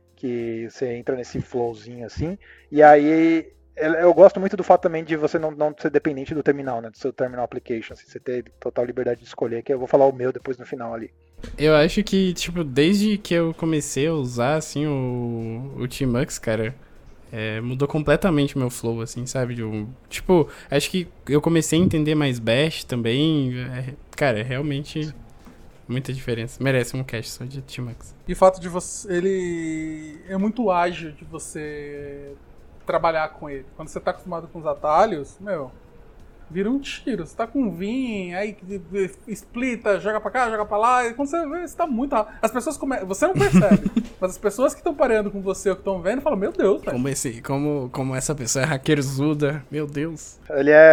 você entra nesse flowzinho assim, e aí eu gosto muito do fato também de você não ser dependente do terminal, né, do seu terminal application, assim, você ter total liberdade de escolher, que eu vou falar o meu depois no final ali. Eu acho que, tipo, desde que eu comecei a usar, assim, o Tmux, cara, mudou completamente o meu flow, assim, sabe? Tipo, acho que eu comecei a entender mais Bash também, cara, realmente... Muita diferença. Merece um cast só de Tmux. E o fato de você... Ele é muito ágil de você trabalhar com ele. Quando você tá acostumado com os atalhos, vira um tiro. Você tá com um Vim, aí splita, joga pra cá, joga pra lá. E quando você vê, você tá muito rápido. As pessoas você não percebe, mas as pessoas que estão pareando com você ou que estão vendo falam, meu Deus, velho. Como essa pessoa é hackerzuda, meu Deus.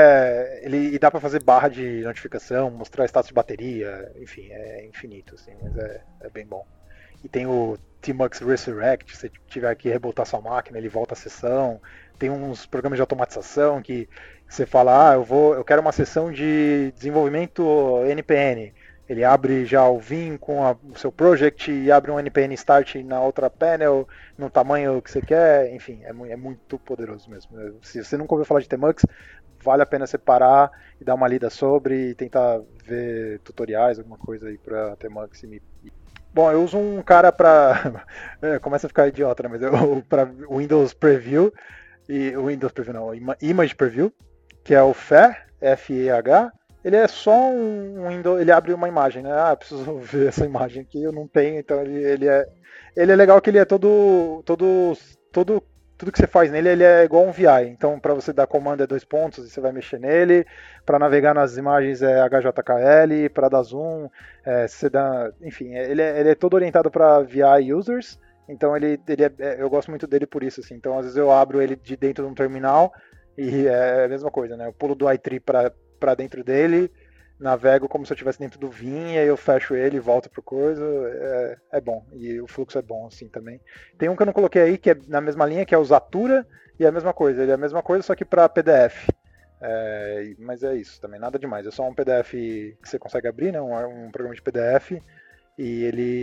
Ele dá pra fazer barra de notificação, mostrar status de bateria, enfim, é infinito, assim, mas é bem bom. E tem o Tmux Resurrect, se você tiver que rebotar sua máquina, ele volta a sessão. Tem uns programas de automatização que você fala, eu quero uma sessão de desenvolvimento NPN. Ele abre já o Vim com o seu project e abre um NPN start na outra panel, no tamanho que você quer. Enfim, é muito poderoso mesmo. Se você nunca ouviu falar de Tmux, vale a pena você parar e dar uma lida sobre e tentar ver tutoriais, alguma coisa aí pra Tmux. Bom, eu uso um cara pra... começa a ficar idiota, né? Mas pra Windows Preview, Windows Preview não, Image Preview, que é o FEH. Ele é só um Windows, ele abre uma imagem, né? Eu preciso ver essa imagem aqui, eu não tenho, então ele é legal que ele é tudo que você faz nele, ele é igual um VI. Então, para você dar comando é 2 pontos e você vai mexer nele. Para navegar nas imagens é HJKL. Para dar zoom, você dá... Enfim, ele é todo orientado para VI users. Então, eu gosto muito dele por isso. Assim. Então, às vezes eu abro ele de dentro de um terminal e é a mesma coisa, né? Eu pulo do iTree para dentro dele, navego como se eu estivesse dentro do Vim, aí eu fecho ele e volto pro coisa, é bom, e o fluxo é bom assim também. Tem um que eu não coloquei aí, que é na mesma linha, que é o Zatura, e é a mesma coisa, ele é a mesma coisa, só que para PDF. Mas é isso também, nada demais, é só um PDF que você consegue abrir, né, um programa de PDF, e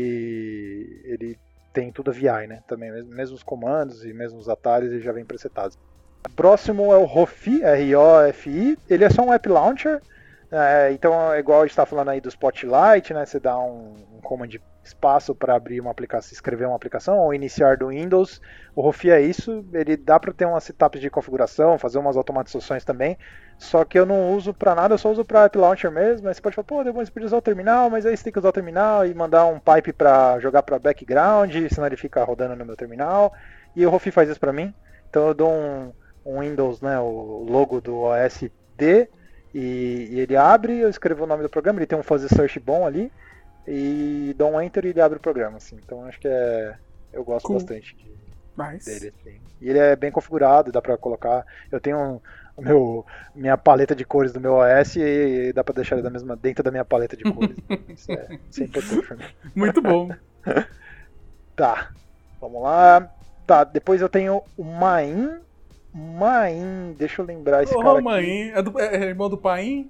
ele tem tudo a VI, né, também, mesmo os comandos e mesmo os atalhos, ele já vem presetados. Próximo é o Rofi, R-O-F-I, ele é só um app launcher. Então é igual a gente está falando aí do Spotlight, né? Você dá um command de espaço para abrir uma aplicação, escrever uma aplicação ou iniciar do Windows. O Rofi é isso, ele dá para ter umas setups de configuração, fazer umas automatizações também. Só que eu não uso para nada, eu só uso para app launcher mesmo. Aí você pode falar, pô, depois você pode usar o terminal, mas aí você tem que usar o terminal e mandar um pipe para jogar para background, senão ele fica rodando no meu terminal. E o Rofi faz isso para mim. Então eu dou um Windows, né, o logo do OS D, e ele abre, eu escrevo o nome do programa, ele tem um fuzzy search bom ali, e dou um enter e ele abre o programa, assim. Então acho que eu gosto bastante dele. Assim. E ele é bem configurado, dá pra colocar, eu tenho minha paleta de cores do meu OS e dá pra deixar ele dentro da minha paleta de cores. Isso é importante pra mim. Muito bom. Tá, vamos lá. Tá, depois eu tenho o Main, deixa eu lembrar esse cara Main, é irmão do Paim?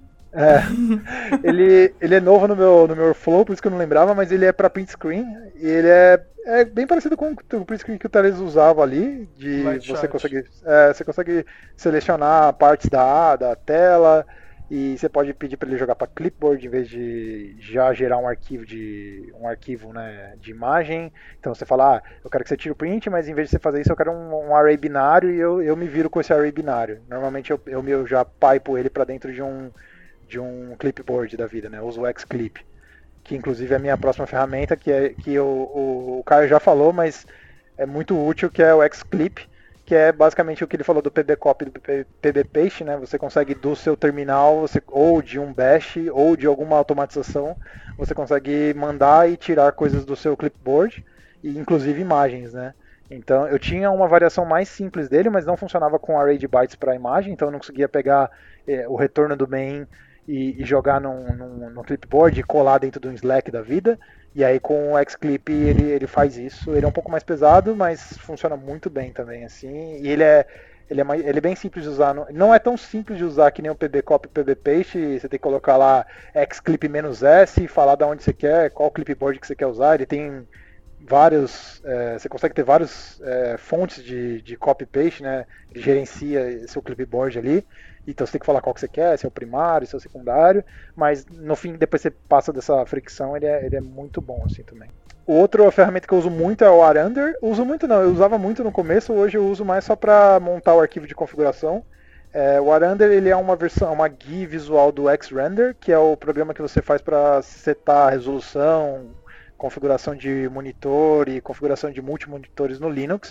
Ele é novo no meu workflow, por isso que eu não lembrava, mas ele é para print screen, e ele é bem parecido com o print screen que o Thales usava ali, de você consegue selecionar partes da tela, e você pode pedir para ele jogar para clipboard em vez de já gerar um arquivo, né, de imagem. Então você fala, eu quero que você tire o print, mas em vez de você fazer isso eu quero um array binário, e eu me viro com esse array binário. Normalmente eu já pipo ele para dentro de um clipboard da vida, né? Eu uso o Xclip, que inclusive é a minha próxima ferramenta, que o Caio já falou, mas é muito útil, que é o Xclip, que é basicamente o que ele falou do pbcopy e do pbpaste, né? Você consegue do seu terminal, ou de um bash, ou de alguma automatização, você consegue mandar e tirar coisas do seu clipboard, e inclusive imagens, né? Então eu tinha uma variação mais simples dele, mas não funcionava com array de bytes para a imagem, então eu não conseguia pegar o retorno do main e jogar num clipboard e colar dentro de um Slack da vida. E aí com o Xclip ele faz isso. Ele é um pouco mais pesado, mas funciona muito bem também, assim. E ele é bem simples de usar. Não é tão simples de usar que nem o pbcopy e o pbpaste. Você tem que colocar lá xclip-s, falar de onde você quer, qual clipboard que você quer usar. Ele tem vários, você consegue ter vários fontes de copy-paste, né? Ele gerencia seu clipboard ali. Então você tem que falar qual que você quer, se é o primário, se é o secundário, mas no fim, depois você passa dessa fricção, ele é muito bom assim também. Outra ferramenta que eu uso muito é o Arander. Uso muito não, eu usava muito no começo, hoje eu uso mais só para montar o arquivo de configuração. O Arander ele é uma versão, uma GUI visual do Xrender, que é o programa que você faz para setar a resolução, configuração de monitor e configuração de multimonitores no Linux.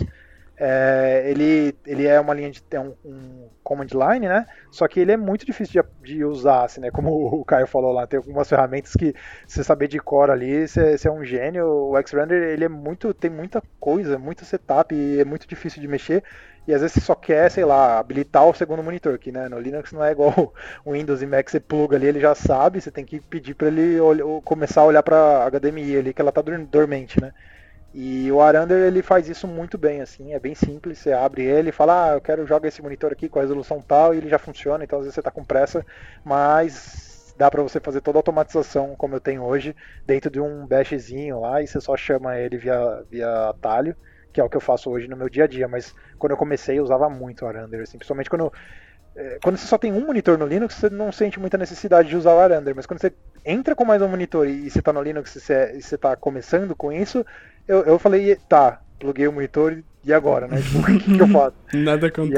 Ele é uma linha de um command line, né? Só que ele é muito difícil de usar, assim, né? Como o Caio falou lá, tem algumas ferramentas que você saber de cor ali, você é um gênio. O Xrender ele tem muita coisa, muito setup e é muito difícil de mexer. E às vezes você só quer, sei lá, habilitar o segundo monitor, que né, no Linux não é igual o Windows e Mac, você pluga ali, ele já sabe, você tem que pedir para ele começar a olhar para HDMI ali, que ela tá dormente, né? E o Arander ele faz isso muito bem, assim, é bem simples, você abre ele e fala, eu quero jogar esse monitor aqui com a resolução tal, e ele já funciona, então às vezes você está com pressa, mas dá para você fazer toda a automatização como eu tenho hoje, dentro de um bashzinho lá, e você só chama ele via atalho, que é o que eu faço hoje no meu dia a dia, mas quando eu comecei eu usava muito o Arander, assim, principalmente quando você só tem um monitor no Linux, você não sente muita necessidade de usar o Arander, mas quando você entra com mais um monitor e você está no Linux e você está começando com isso, eu falei, tá, pluguei o monitor e agora, né? Tipo, o que eu faço? Nada acontece. E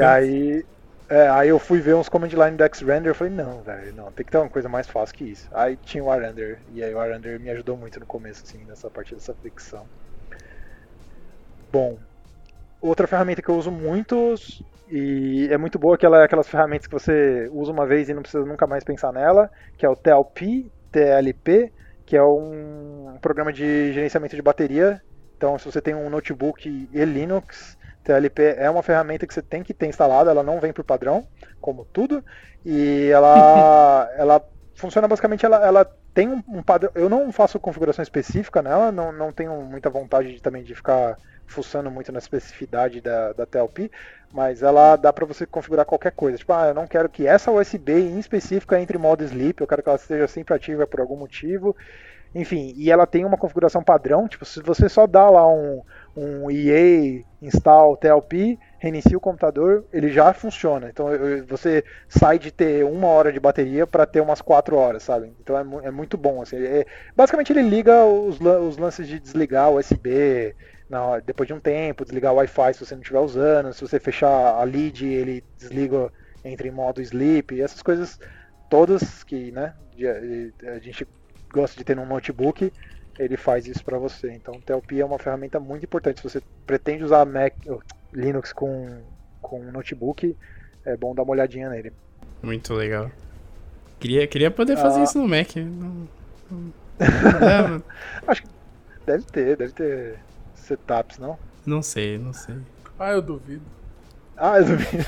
aí eu fui ver uns command line do Xrender e falei, não, velho, não, tem que ter uma coisa mais fácil que isso. Aí tinha o Arander, e aí o Arander me ajudou muito no começo, assim, nessa parte dessa fricção. Bom, outra ferramenta que eu uso muito, e é muito boa, que ela é aquelas ferramentas que você usa uma vez e não precisa nunca mais pensar nela, que é o TLP, que é um programa de gerenciamento de bateria. Então, se você tem um notebook e Linux, TLP é uma ferramenta que você tem que ter instalada, ela não vem por padrão, como tudo, e ela funciona basicamente, ela tem um padrão. Eu não faço configuração específica nela, não tenho muita vontade também de ficar fuçando muito na especificidade da TLP, mas ela dá para você configurar qualquer coisa. Tipo, eu não quero que essa USB em específica entre em modo sleep, eu quero que ela esteja sempre ativa por algum motivo. Enfim, e ela tem uma configuração padrão, tipo, se você só dá lá um EA install TLP, reinicia o computador, ele já funciona. Então você sai de ter 1 hora de bateria para ter umas 4 horas, sabe? Então é muito bom. Assim, basicamente ele liga os lances de desligar o USB depois de um tempo, desligar o Wi-Fi se você não estiver usando, se você fechar a lead, ele desliga, entra em modo sleep, essas coisas todas que, né, a gente gosta de ter num notebook, ele faz isso para você. Então o TLP é uma ferramenta muito importante. Se você pretende usar Linux com notebook, é bom dar uma olhadinha nele. Muito legal. Queria poder fazer isso no Mac. Não dá, mano. Acho que deve ter setups, não? Não sei. Eu duvido. Eu duvido.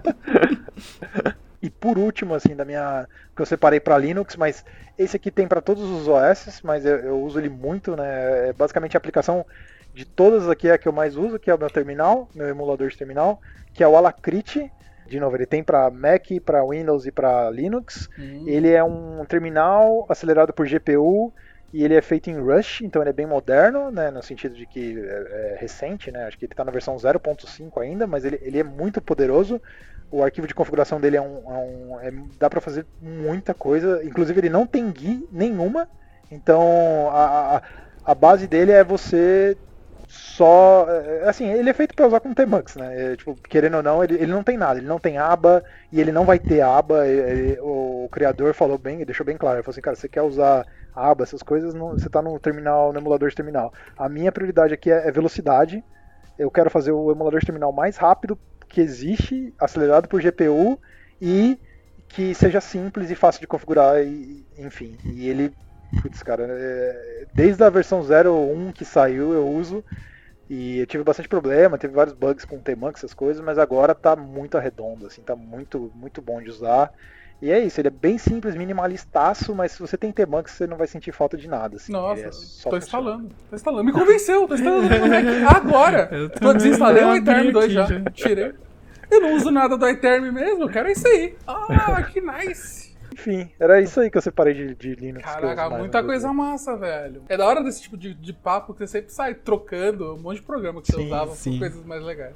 E por último, assim, que eu separei para Linux, mas esse aqui tem para todos os OS, mas eu uso ele muito, né? É basicamente a aplicação de todas aqui é a que eu mais uso, que é o meu terminal, meu emulador de terminal, que é o Alacrit. De novo, ele tem para Mac, para Windows e para Linux. Ele é um terminal acelerado por GPU e ele é feito em Rush, então ele é bem moderno, né, no sentido de que é recente, né? Acho que ele está na versão 0.5 ainda, mas ele é muito poderoso. O arquivo de configuração dele dá para fazer muita coisa. Inclusive ele não tem GUI nenhuma. Então a base dele é você só... Assim, ele é feito para usar com Tmux, né? Tipo, querendo ou não, ele não tem nada. Ele não tem aba e ele não vai ter aba. O criador falou bem, ele deixou bem claro. Ele falou assim, cara, você quer usar aba, essas coisas, você está no terminal, no emulador de terminal. A minha prioridade aqui é velocidade. Eu quero fazer o emulador de terminal mais rápido que existe, acelerado por GPU e que seja simples e fácil de configurar, enfim. E ele, putz, cara, desde a versão 0.1 que saiu eu uso, E eu tive bastante problema, teve vários bugs com o Tmux, essas coisas, mas agora tá muito arredondo, assim, tá muito, muito bom de usar. E é isso, ele é bem simples, minimalistaço, mas se você tem Tmux, você não vai sentir falta de nada. Assim. Nossa, só tô instalando. Me convenceu, tô instalando o Mac agora. Eu Desinstalei o abri iTerm 2 aqui já. já. Tirei. Eu não uso nada do iTerm mesmo, eu quero isso aí. Ah, que nice. Enfim, era isso aí que eu separei de Linux. que eu uso Caraca, mais muita no coisa dia. massa, velho. É da hora desse tipo de papo que você sempre sai trocando um monte de programa que você Sim, usava sim. por coisas mais legais.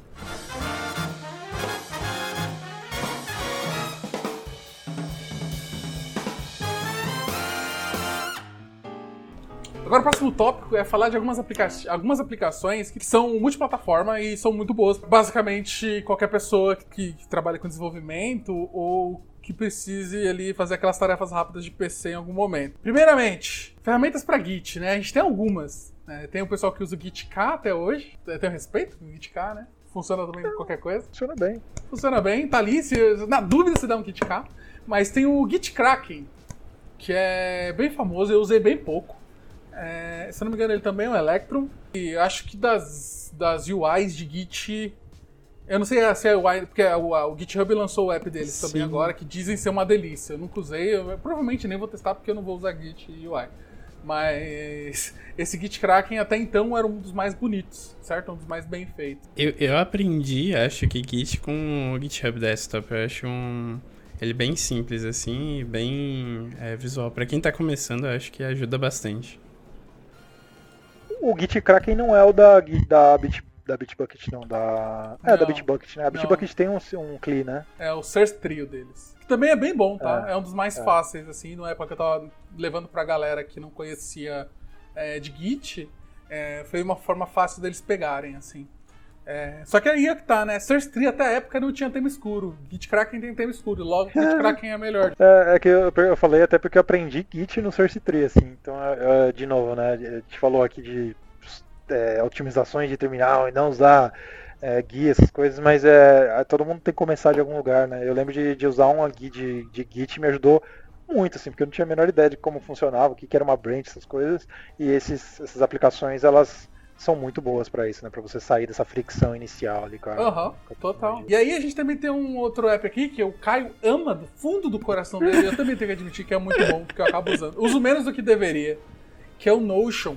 Agora o próximo tópico é falar de algumas aplicações que são multiplataforma e são muito boas. Basicamente, qualquer pessoa que trabalha com desenvolvimento ou que precise ali fazer aquelas tarefas rápidas de PC em algum momento. Primeiramente, ferramentas para Git, né? A gente tem algumas. Né? Tem o pessoal que usa o GitK até hoje. Eu tenho respeito com o GitK, né? Funciona também com qualquer coisa. Funciona bem. Funciona bem, tá ali. Na dúvida se dá um GitK. Mas tem o GitKraken, que é bem famoso, eu usei bem pouco. Se eu não me engano, ele também é um Electron. E acho que das UIs de Git... Eu não sei se é UI, porque o GitHub lançou o app deles também agora, que dizem ser uma delícia. Eu nunca usei, eu provavelmente nem vou testar porque eu não vou usar Git UI. Mas esse GitKraken até então era um dos mais bonitos, certo? Um dos mais bem feitos. Eu aprendi, acho que Git com o GitHub Desktop. Eu acho ele bem simples, assim, e bem visual. Pra quem tá começando, eu acho que ajuda bastante. O GitKraken não é o da Bitbucket, não. Da Bitbucket, né? A Bitbucket tem um CLI, né? É o Source Trio deles. Que também é bem bom, tá? É um dos mais fáceis, assim. Na época que eu tava levando pra galera que não conhecia de Git, foi uma forma fácil deles pegarem, assim. Só que aí é que tá, né? Source Tree até a época não tinha tema escuro. GitKraken tem tema escuro, logo GitKraken é melhor. É que eu falei até porque eu aprendi Git no Source Tree, assim. Então, de novo, né? A gente falou aqui de otimizações de terminal e não usar guia, essas coisas, mas todo mundo tem que começar de algum lugar, né? Eu lembro de usar uma guia de Git, me ajudou muito, assim, porque eu não tinha a menor ideia de como funcionava, o que era uma branch, essas coisas. E essas aplicações, elas são muito boas pra isso, né? Pra você sair dessa fricção inicial ali, cara. Total. E aí a gente também tem um outro app aqui que o Caio ama do fundo do coração dele. Eu também tenho que admitir que é muito bom, porque eu acabo usando. Uso menos do que deveria, que é o Notion.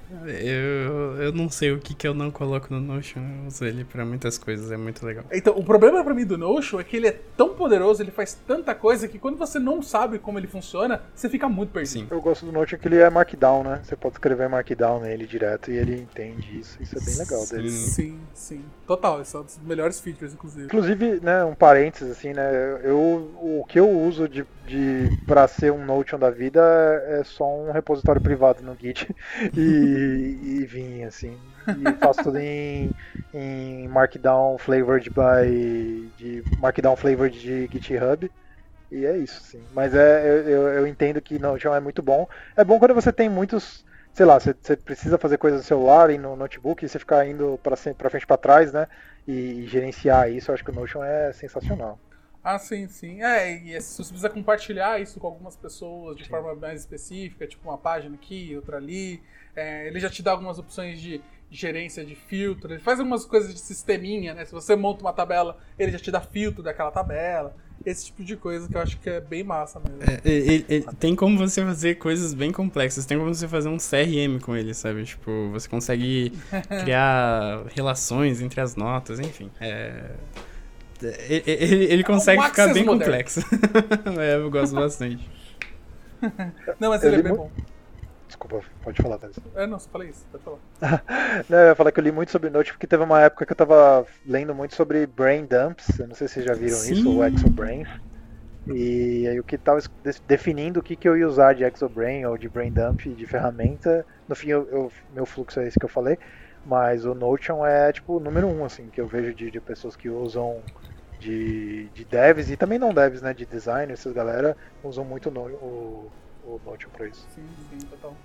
Eu não sei o que eu não coloco no Notion, eu uso ele pra muitas coisas, é muito legal. Então, o problema pra mim do Notion é que ele é tão poderoso, ele faz tanta coisa, que quando você não sabe como ele funciona, você fica muito perdido. Sim. Eu gosto do Notion que ele é Markdown, né? Você pode escrever Markdown nele direto e ele entende isso. Isso é bem legal dele. Sim. Total, esse é um dos melhores features, inclusive. Inclusive, né, um parênteses, assim, né? O que eu uso pra ser um Notion da vida é só um repositório privado no Git e Vim, assim. E faço tudo em Markdown flavored Markdown flavored de GitHub. E é isso, sim. Mas eu entendo que Notion é muito bom. É bom quando você tem muitos, sei lá, você precisa fazer coisas no celular e no notebook e você ficar indo pra frente e pra trás, né? E gerenciar isso, eu acho que o Notion é sensacional. Ah, sim. E se você precisa compartilhar isso com algumas pessoas de forma mais específica, tipo uma página aqui, outra ali, ele já te dá algumas opções de gerência de filtro, ele faz algumas coisas de sisteminha, né? Se você monta uma tabela, ele já te dá filtro daquela tabela. Esse tipo de coisa que eu acho que é bem massa mesmo. Tem como você fazer coisas bem complexas, tem como você fazer um CRM com ele, sabe? Tipo, você consegue criar relações entre as notas, enfim. Ele consegue ficar bem complexo. Eu gosto bastante. Não, mas ele é bem bom. Desculpa, pode falar, Thales. Não, só falei isso, pode falar. Não, eu ia falar que eu li muito sobre Notion, porque teve uma época que eu tava lendo muito sobre brain dumps, eu não sei se vocês já viram isso, ou Exobrain. E aí o que tava definindo o que eu ia usar de Exobrain ou de brain dump, de ferramenta. No fim, meu fluxo é esse que eu falei, mas o Notion é tipo o número 1, assim, que eu vejo de pessoas que usam de devs e também não devs, né, de design, essas galera usam muito o Notion pra isso. Sim, total.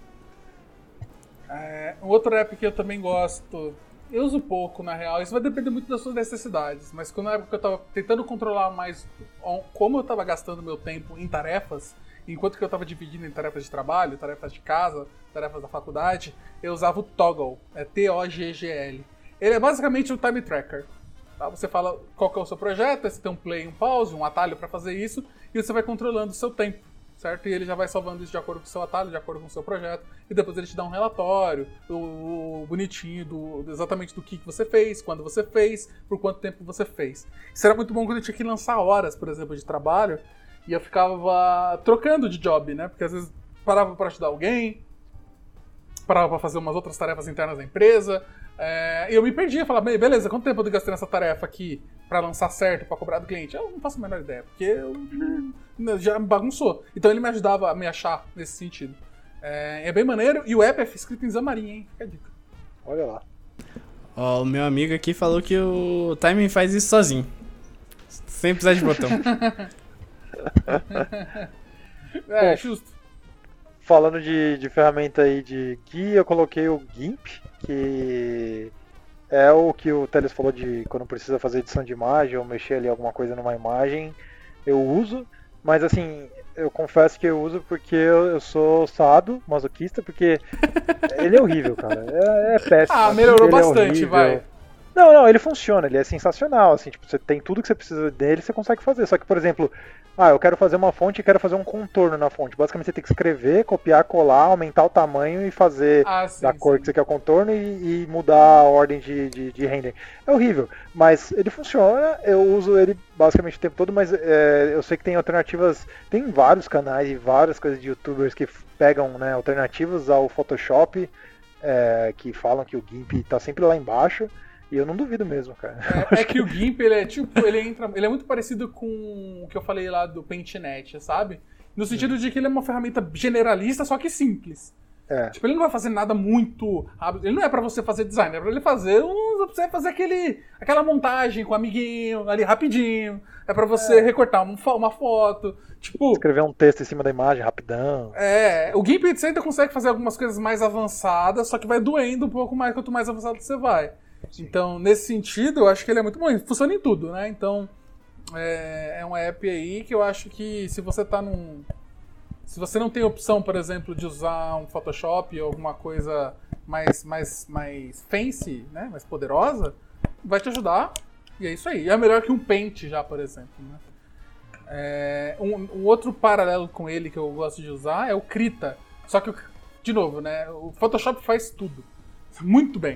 Um outro app que eu também gosto, eu uso pouco na real, isso vai depender muito das suas necessidades, mas quando na época eu tava tentando controlar mais como eu tava gastando meu tempo em tarefas, enquanto que eu estava dividindo em tarefas de trabalho, tarefas de casa, tarefas da faculdade, eu usava o Toggl, é T-O-G-G-L. Ele é basicamente um time tracker. Tá? Você fala qual que é o seu projeto, você tem um play, um pause, um atalho para fazer isso, e você vai controlando o seu tempo, certo? E ele já vai salvando isso de acordo com o seu atalho, de acordo com o seu projeto, e depois ele te dá um relatório bonitinho exatamente do que você fez, quando você fez, por quanto tempo você fez. Isso era muito bom quando eu tinha que lançar horas, por exemplo, de trabalho, e eu ficava trocando de job, né? Porque às vezes parava para ajudar alguém, parava para fazer umas outras tarefas internas da empresa, e eu me perdia, falava, beleza, quanto tempo eu gastei nessa tarefa aqui pra lançar certo, pra cobrar do cliente? Eu não faço a menor ideia, porque eu já me bagunçou. Então ele me ajudava a me achar nesse sentido. É bem maneiro, e o app é escrito em Xamarin, hein? Fica a dica. Olha lá. Ó, o meu amigo aqui falou que o Timing faz isso sozinho. Sem precisar de botão. Justo. Falando de ferramenta aí de guia, eu coloquei o GIMP, que é o que o Teles falou de quando precisa fazer edição de imagem ou mexer ali alguma coisa numa imagem, eu uso, mas assim, eu confesso que eu uso porque eu sou sado, masoquista, porque ele é horrível, cara, é péssimo. Melhorou ele bastante, vai. Não, ele funciona, ele é sensacional, assim, tipo, você tem tudo que você precisa dele, você consegue fazer, só que, por exemplo, eu quero fazer uma fonte e quero fazer um contorno na fonte, basicamente você tem que escrever, copiar, colar, aumentar o tamanho e fazer da cor que você quer o contorno e mudar a ordem de render. É horrível, mas ele funciona, eu uso ele basicamente o tempo todo, mas eu sei que tem alternativas, tem vários canais e várias coisas de youtubers que pegam, né, alternativas ao Photoshop, que falam que o GIMP tá sempre lá embaixo. E eu não duvido mesmo, cara. É que o GIMP, ele é muito parecido com o que eu falei lá do PaintNet, sabe? No sentido de que ele é uma ferramenta generalista, só que simples. Tipo, ele não vai fazer nada muito rápido. Ele não é pra você fazer design, é pra ele fazer você fazer aquela montagem com o amiguinho ali rapidinho. É pra você recortar uma foto. Tipo, escrever um texto em cima da imagem rapidão. O GIMP você ainda consegue fazer algumas coisas mais avançadas, só que vai doendo um pouco mais quanto mais avançado você vai. Sim. Então, nesse sentido, eu acho que ele é muito bom. Ele funciona em tudo, né? Então, é um app aí que eu acho que se você tá se você não tem opção, por exemplo, de usar um Photoshop ou alguma coisa mais fancy, né? Mais poderosa, vai te ajudar. E é isso aí. É melhor que um Paint já, por exemplo, né? Um outro paralelo com ele que eu gosto de usar é o Krita. Só que, de novo, né? O Photoshop faz tudo. Muito bem.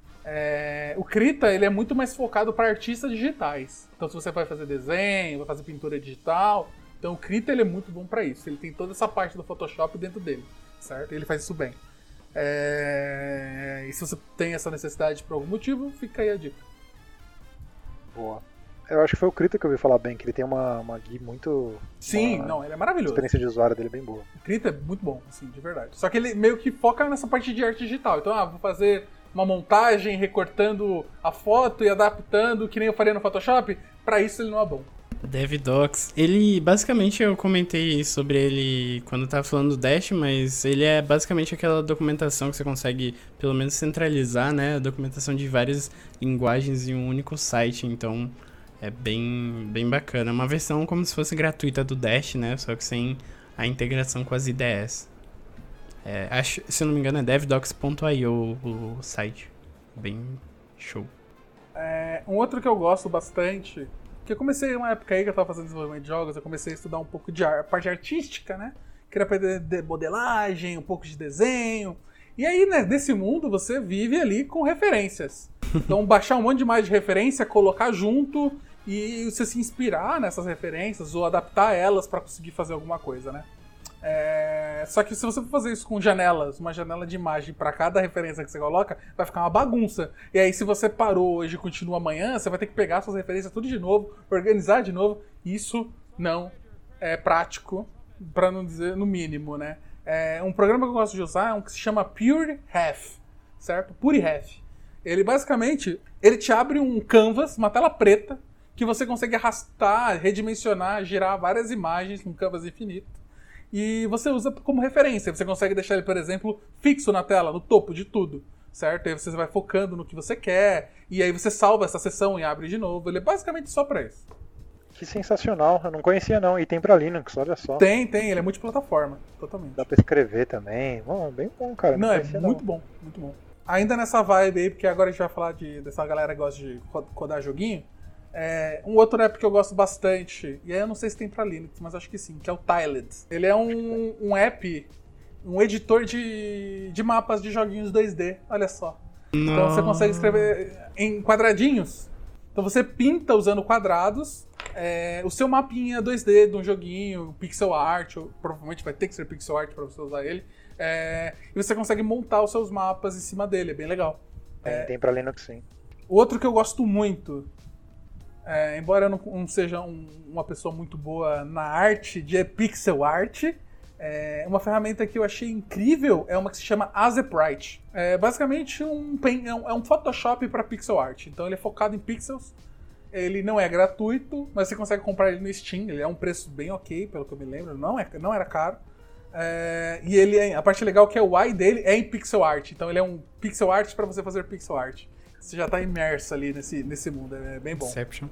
O Krita, ele é muito mais focado para artistas digitais. Então, se você vai fazer desenho, vai fazer pintura digital, então o Krita ele é muito bom para isso. Ele tem toda essa parte do Photoshop dentro dele, certo? Ele faz isso bem. E se você tem essa necessidade por algum motivo, fica aí a dica. Boa. Eu acho que foi o Krita que eu ouvi falar bem, que ele tem uma GUI muito... Sim, ele é maravilhoso. A experiência de usuário dele é bem boa. O Krita é muito bom, assim, de verdade. Só que ele meio que foca nessa parte de arte digital. Então, vou fazer uma montagem, recortando a foto e adaptando, que nem eu faria no Photoshop. Pra isso ele não é bom. DevDocs, ele, basicamente, eu comentei sobre ele quando eu tava falando do Dash, mas ele é basicamente aquela documentação que você consegue, pelo menos, centralizar, né, a documentação de várias linguagens em um único site, então é bem bacana. É uma versão como se fosse gratuita do Dash, né, só que sem a integração com as IDEs. Acho, se eu não me engano, é devdocs.io o site. Bem show. Um outro que eu gosto bastante, que eu comecei uma época aí que eu tava fazendo desenvolvimento de jogos, eu comecei a estudar um pouco de parte artística, né? Queria aprender de modelagem, um pouco de desenho. E aí, né, nesse mundo, você vive ali com referências. Então, baixar um monte de imagem de referência, colocar junto e você se inspirar nessas referências ou adaptar elas para conseguir fazer alguma coisa, né? Só que se você for fazer isso com janelas, uma janela de imagem para cada referência que você coloca, vai ficar uma bagunça. E aí se você parou hoje e continua amanhã, você vai ter que pegar suas referências tudo de novo, organizar de novo. Isso não é prático, para não dizer no mínimo, né? Um programa que eu gosto de usar é um que se chama PureRef, certo? PureRef. Ele basicamente, ele te abre um canvas, uma tela preta, que você consegue arrastar, redimensionar, girar várias imagens num canvas infinito. E você usa como referência. Você consegue deixar ele, por exemplo, fixo na tela, no topo de tudo, certo? Aí você vai focando no que você quer, e aí você salva essa sessão e abre de novo. Ele é basicamente só pra isso. Que sensacional, eu não conhecia não, e tem pra Linux, olha só. Tem, ele é multiplataforma, totalmente. Dá pra escrever também, bom, bem bom, cara. Não, é muito bom, muito bom. Ainda nessa vibe aí, porque agora a gente vai falar dessa galera que gosta de codar joguinho, um outro app que eu gosto bastante, e aí eu não sei se tem pra Linux, mas acho que sim, que é o Tiled. Ele é um app, um editor de mapas de joguinhos 2D, olha só. Então você consegue escrever em quadradinhos. Então você pinta usando quadrados o seu mapinha 2D de um joguinho, pixel art, ou provavelmente vai ter que ser pixel art para você usar ele. E você consegue montar os seus mapas em cima dele, é bem legal. Tem pra Linux sim. Outro que eu gosto muito, embora eu não seja uma pessoa muito boa na arte de pixel art, uma ferramenta que eu achei incrível é uma que se chama Azeprite. É basicamente um Photoshop para pixel art. Então ele é focado em pixels. Ele não é gratuito, mas você consegue comprar ele no Steam. Ele é um preço bem ok, pelo que eu me lembro. Não era caro. E a parte legal é que o UI dele é em pixel art. Então ele é um pixel art para você fazer pixel art. Você já está imerso ali nesse mundo. É bem bom. Inception.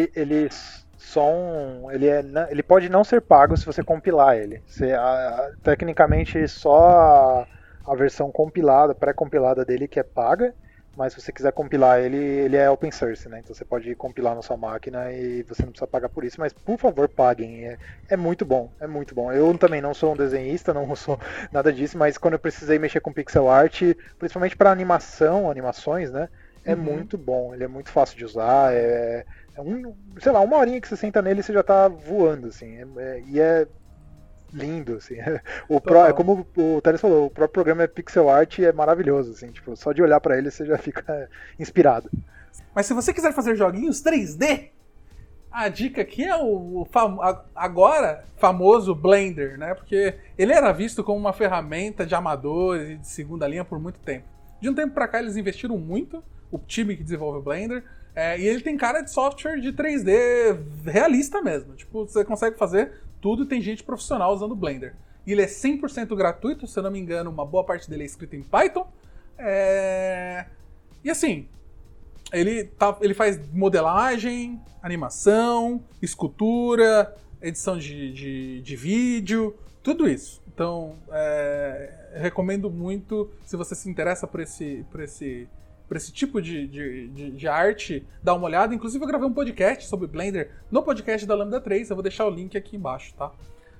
Ele pode não ser pago se você compilar ele. Tecnicamente só a versão compilada, pré-compilada dele que é paga, mas se você quiser compilar ele é open source, né? Então você pode compilar na sua máquina e você não precisa pagar por isso, mas por favor paguem, é muito bom, é muito bom. Eu também não sou um desenhista, não sou nada disso, mas quando eu precisei mexer com pixel art, principalmente para animações, né? É muito bom, ele é muito fácil de usar, sei lá, uma horinha que você senta nele você já tá voando, assim, e é lindo, assim. Como o Teles falou, o próprio programa é pixel art e é maravilhoso, assim, tipo, só de olhar pra ele você já fica inspirado. Mas se você quiser fazer joguinhos 3D, a dica aqui é agora famoso Blender, né? Porque ele era visto como uma ferramenta de amadores e de segunda linha por muito tempo. De um tempo pra cá eles investiram muito, o time que desenvolve o Blender, e ele tem cara de software de 3D realista mesmo. Tipo, você consegue fazer tudo e tem gente profissional usando o Blender. E ele é 100% gratuito, se eu não me engano, uma boa parte dele é escrita em Python. E assim, ele faz modelagem, animação, escultura, edição de vídeo, tudo isso. Então, recomendo muito, se você se interessa por esse tipo de arte, dá uma olhada. Inclusive eu gravei um podcast sobre Blender no podcast da Lambda 3, eu vou deixar o link aqui embaixo, tá?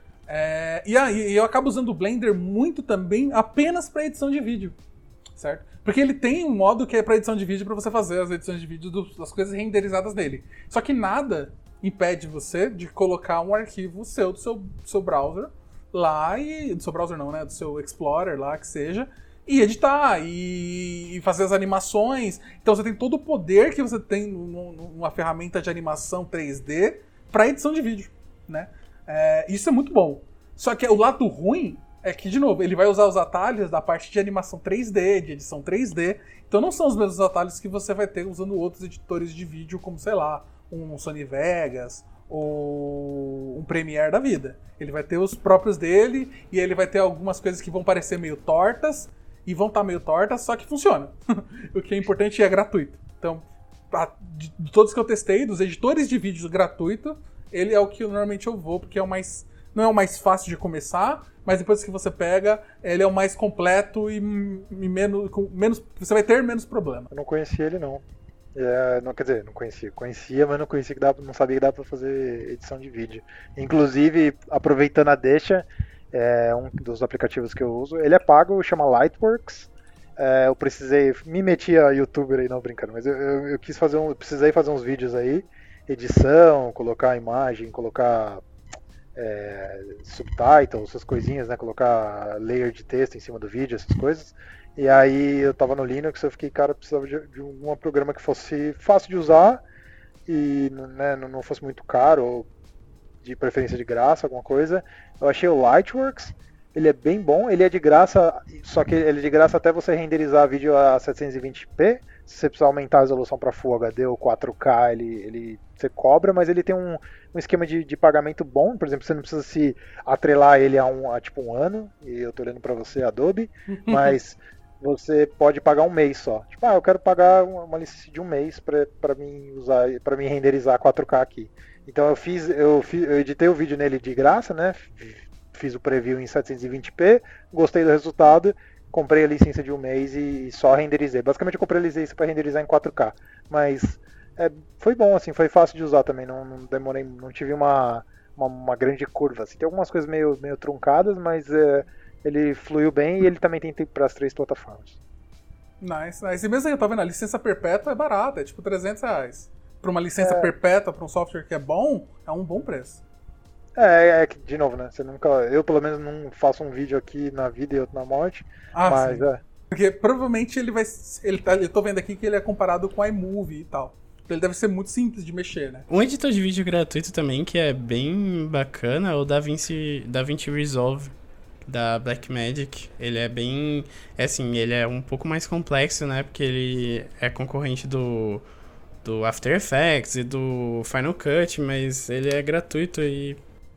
E eu acabo usando o Blender muito também apenas para edição de vídeo, certo? Porque ele tem um modo que é para edição de vídeo, para você fazer as edições de vídeo das coisas renderizadas nele. Só que nada impede você de colocar um arquivo do seu browser lá, do seu browser não, né? Do seu Explorer lá, que seja, e editar, e fazer as animações. Então você tem todo o poder que você tem numa ferramenta de animação 3D para edição de vídeo, né? Isso é muito bom. Só que o lado ruim é que, de novo, ele vai usar os atalhos da parte de animação 3D, de edição 3D. Então não são os mesmos atalhos que você vai ter usando outros editores de vídeo, como, sei lá, um Sony Vegas ou um Premiere da vida. Ele vai ter os próprios dele, e ele vai ter algumas coisas que vão parecer meio tortas, e vão estar meio tortas, só que funciona. O que é importante é gratuito. Então, de todos que eu testei, dos editores de vídeos gratuito, ele é o que normalmente eu vou, porque não é o mais fácil de começar, mas depois que você pega, ele é o mais completo e menos, você vai ter menos problema. Eu não conhecia ele, não. Quer dizer, não conhecia. Conhecia, mas não sabia que dava pra fazer edição de vídeo. Inclusive, aproveitando a deixa, um dos aplicativos que eu uso, ele é pago, chama Lightworks. Eu me meti a youtuber aí, não brincando, mas eu precisei fazer uns vídeos aí, edição, colocar imagem, colocar subtitles, essas coisinhas, né, colocar layer de texto em cima do vídeo, essas coisas. E aí eu tava no Linux, eu fiquei, cara, eu precisava de um programa que fosse fácil de usar e, né, não fosse muito caro, ou de preferência de graça, alguma coisa. Eu achei o Lightworks, ele é bem bom, ele é de graça, só que ele é de graça até você renderizar vídeo a 720p. Se você precisar aumentar a resolução para Full HD ou 4K, você cobra, mas ele tem um esquema de pagamento bom. Por exemplo, você não precisa se atrelar ele a tipo um ano, e eu tô olhando para você, Adobe, mas você pode pagar um mês só. Tipo, eu quero pagar uma licença de um mês pra mim usar, para mim renderizar 4K aqui. Então eu editei o vídeo nele de graça, né? Fiz o preview em 720p, gostei do resultado, comprei a licença de um mês e só renderizei. Basicamente eu comprei a licença para renderizar em 4K, mas foi bom, assim, foi fácil de usar também, não demorei, não tive uma grande curva. Assim. Tem algumas coisas meio truncadas, mas ele fluiu bem e ele também tem para as 3 plataformas. Nice. E mesmo aí, eu tô vendo, a licença perpétua é barata, é tipo R$300. Pra uma licença perpétua, pra um software que é bom, é um bom preço. Que, de novo, né? Eu pelo menos não faço um vídeo aqui na vida e outro na morte, mas sim. Porque provavelmente eu tô vendo aqui que ele é comparado com iMovie e tal. Então ele deve ser muito simples de mexer, né? Um editor de vídeo gratuito também que é bem bacana é o DaVinci Resolve da Blackmagic. Ele é bem... ele é um pouco mais complexo, né? Porque ele é concorrente do After Effects e do Final Cut, mas ele é gratuito e...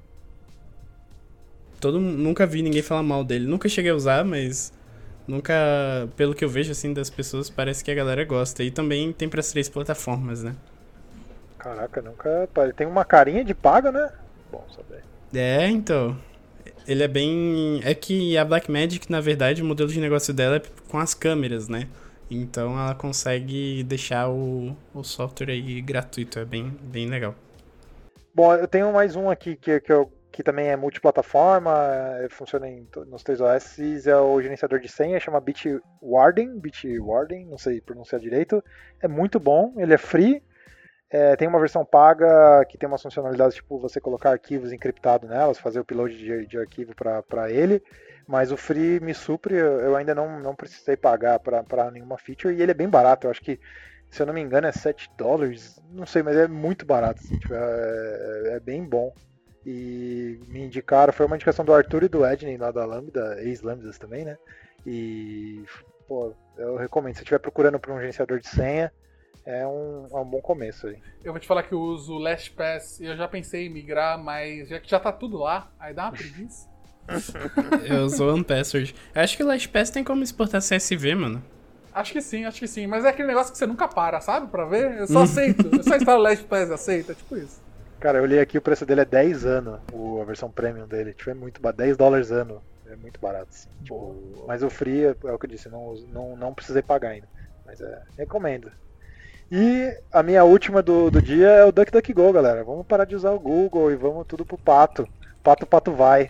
Nunca vi ninguém falar mal dele. Nunca cheguei a usar, mas... Nunca, pelo que eu vejo, assim, das pessoas, parece que a galera gosta. E também tem para as 3 plataformas, né? Caraca, nunca... Ele tem uma carinha de paga, né? Bom saber. Então... Ele é bem... É que a Blackmagic, na verdade, o modelo de negócio dela é com as câmeras, né? Então ela consegue deixar o software aí gratuito. É bem legal. Bom, eu tenho mais um aqui que também é multiplataforma, funciona nos 3 OS, é o gerenciador de senha, chama Bitwarden, não sei pronunciar direito. É muito bom, ele é free. Tem uma versão paga que tem umas funcionalidades, tipo você colocar arquivos encriptados nelas, fazer o upload de arquivo para ele, mas o free me supre, eu ainda não precisei pagar para nenhuma feature, e ele é bem barato, eu acho que, se eu não me engano, é $7, não sei, mas é muito barato, assim, tipo, é bem bom. E me indicaram, foi uma indicação do Arthur e do Edney lá da Lambda, ex-Lambdas também, né? E, pô, eu recomendo, se você estiver procurando por um gerenciador de senha, é um bom começo aí. Eu vou te falar que eu uso o LastPass e eu já pensei em migrar, mas já tá tudo lá, aí dá uma preguiça. Eu uso o OnePassword. Eu acho que o LastPass tem como exportar CSV, mano. Acho que sim, mas é aquele negócio que você nunca para, sabe? Pra ver, eu só aceito, eu só instalo o LastPass e aceito, é tipo isso. Cara, eu olhei aqui, o preço dele é 10 anos, a versão premium dele, tipo, é muito barato, $10 ano, é muito barato, assim, tipo, mas o free é o que eu disse, não precisei pagar ainda, mas recomendo. E a minha última do dia é o DuckDuckGo, galera, vamos parar de usar o Google e vamos tudo pro pato vai.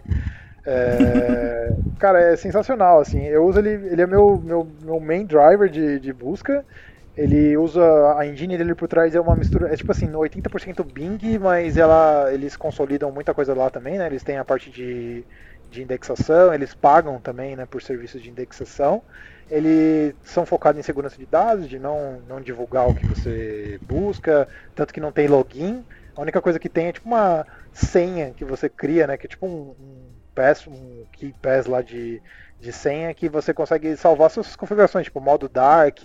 Cara, é sensacional, assim, eu uso ele é meu main driver de busca. Ele usa a engine dele por trás, é uma mistura, é tipo assim, 80% Bing, mas eles consolidam muita coisa lá também, né? Eles têm a parte de indexação, eles pagam também, né, por serviços de indexação. Eles são focados em segurança de dados, de não divulgar o que você busca, tanto que não tem login. A única coisa que tem é tipo uma senha que você cria, né, que é tipo um key pass lá de senha que você consegue salvar suas configurações, tipo modo dark,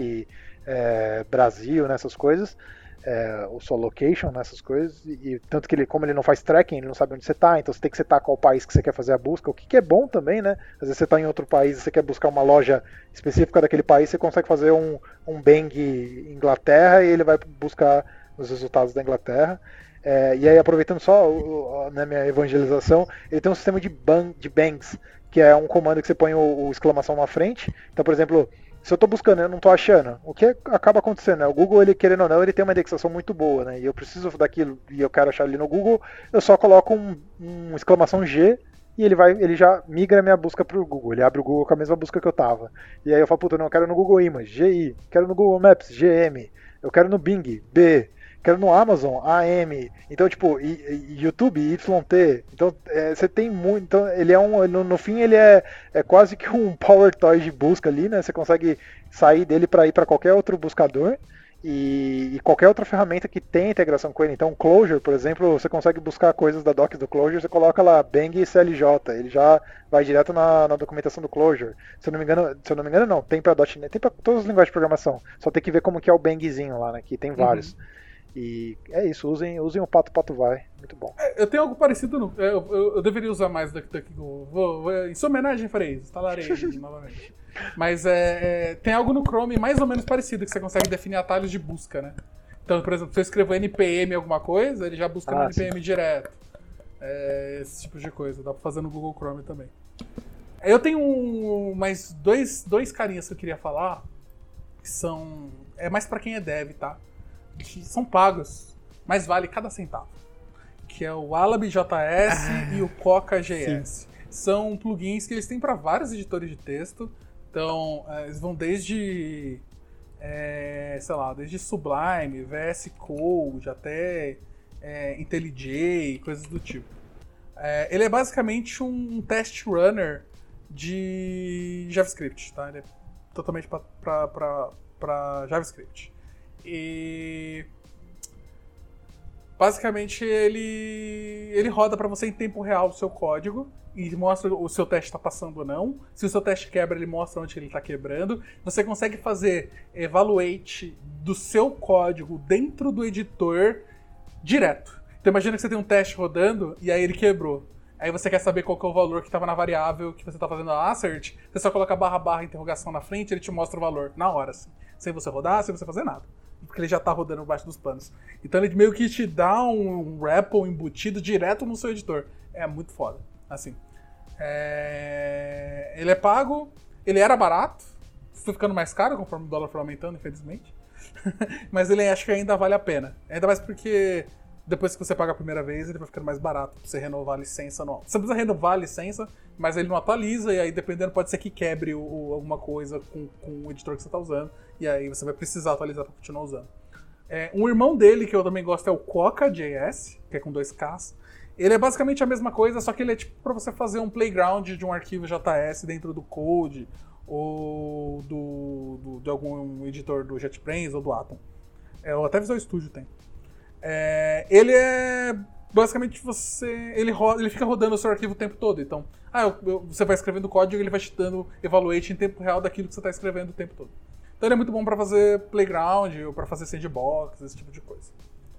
Brasil, nessas coisas, o sua location, nessas coisas, e tanto que como ele não faz tracking, ele não sabe onde você está, então você tem que setar qual país que você quer fazer a busca, o que é bom também, né? Às vezes você está em outro país e você quer buscar uma loja específica daquele país, você consegue fazer um Bang Inglaterra e ele vai buscar os resultados da Inglaterra. E aí, aproveitando só na minha evangelização, ele tem um sistema de bangs, que é um comando que você põe o exclamação na frente. Então, por exemplo, se eu estou buscando e eu não estou achando, o que acaba acontecendo? Né? O Google, ele querendo ou não, ele tem uma indexação muito boa, né? E eu preciso daquilo e eu quero achar ali no Google, eu só coloco um exclamação G e ele já migra a minha busca para o Google. Ele abre o Google com a mesma busca que eu estava. E aí eu falo, puta, não, eu quero no Google Image, GI, quero no Google Maps, GM, eu quero no Bing, B, quero no Amazon, AM, então tipo, YouTube, YT, então você tem muito, então ele é no fim ele é quase que um power toy de busca ali, né, você consegue sair dele para ir para qualquer outro buscador e qualquer outra ferramenta que tenha integração com ele, então Clojure, por exemplo, você consegue buscar coisas da docs do Clojure, você coloca lá Bang CLJ, ele já vai direto na documentação do Clojure, se eu não me engano não, tem para .NET, tem para todas as linguagens de programação, só tem que ver como que é o Bangzinho lá, né, que tem vários. E é isso, usem o pato vai, muito bom. Eu tenho algo parecido, eu deveria usar mais do DuckDuckGo. Em sua homenagem farei isso, instalarei novamente. Mas tem algo no Chrome mais ou menos parecido, que você consegue definir atalhos de busca, né? Então, por exemplo, se eu escrevo npm alguma coisa, ele já busca no npm direto. Esse tipo de coisa. Dá pra fazer no Google Chrome também. Eu tenho mais dois carinhas que eu queria falar, que são... É mais pra quem é dev, tá? Que são pagos, mas vale cada centavo. Que é o Wallaby.js e o Coca.js. São plugins que eles têm para vários editores de texto. Então, eles vão desde Sublime, VS Code, até IntelliJ, coisas do tipo. Ele é basicamente um test runner de JavaScript, tá? Ele é totalmente para JavaScript. E basicamente ele roda para você em tempo real o seu código e mostra o seu teste está passando ou não. Se o seu teste quebra, ele mostra onde ele está quebrando. Você consegue fazer evaluate do seu código dentro do editor direto. Então imagina que você tem um teste rodando e aí ele quebrou. Aí você quer saber qual que é o valor que estava na variável que você está fazendo a assert, você só coloca / interrogação na frente e ele te mostra o valor na hora, assim. Sem você rodar, sem você fazer nada. Porque ele já está rodando embaixo dos panos. Então ele meio que te dá um REPL embutido direto no seu editor. É muito foda. Assim. Ele é pago, ele era barato, foi ficando mais caro conforme o dólar foi aumentando, infelizmente. Mas ele acho que ainda vale a pena. Ainda mais porque depois que você paga a primeira vez, ele vai ficando mais barato pra você renovar a licença anual. Você precisa renovar a licença, mas ele não atualiza, e aí dependendo, pode ser que quebre alguma coisa com o editor que você tá usando, e aí você vai precisar atualizar pra continuar usando. Um irmão dele, que eu também gosto, é o Coca.js, que é com 2 Ks. Ele é basicamente a mesma coisa, só que ele é tipo pra você fazer um playground de um arquivo JS dentro do Code, ou de algum editor do JetBrains ou do Atom. Ou até Visual Studio tem. Ele é basicamente ele fica rodando o seu arquivo o tempo todo. Então, você vai escrevendo código e ele vai te dando evaluate em tempo real daquilo que você está escrevendo o tempo todo. Então ele é muito bom para fazer playground ou para fazer sandbox, esse tipo de coisa.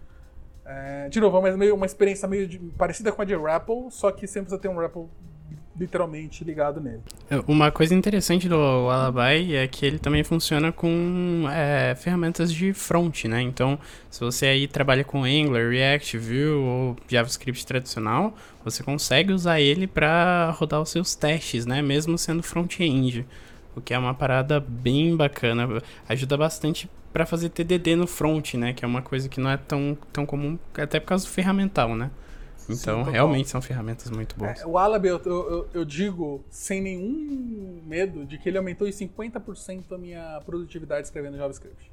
De novo, é uma experiência meio parecida com a de REPL, só que sempre você tem um REPL literalmente ligado nele. Uma coisa interessante do Wallaby é que ele também funciona com ferramentas de front, né? Então, se você aí trabalha com Angular, React, Vue ou JavaScript tradicional, você consegue usar ele para rodar os seus testes, né? Mesmo sendo front-end, o que é uma parada bem bacana. Ajuda bastante para fazer TDD no front, né? Que é uma coisa que não é tão comum, até por causa do ferramental, né? Então, sim, realmente são ferramentas muito boas. O Wallaby, eu digo sem nenhum medo de que ele aumentou em 50% a minha produtividade escrevendo JavaScript.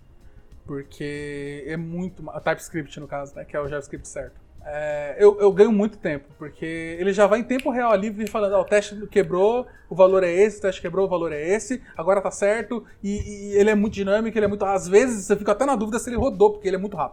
Porque é muito... TypeScript, no caso, né? Que é o JavaScript certo. Eu ganho muito tempo, porque ele já vai em tempo real ali falando, o teste quebrou, o valor é esse, o teste quebrou, o valor é esse, agora tá certo, e ele é muito dinâmico, ele é muito... Às vezes você fica até na dúvida se ele rodou, porque ele é muito rápido.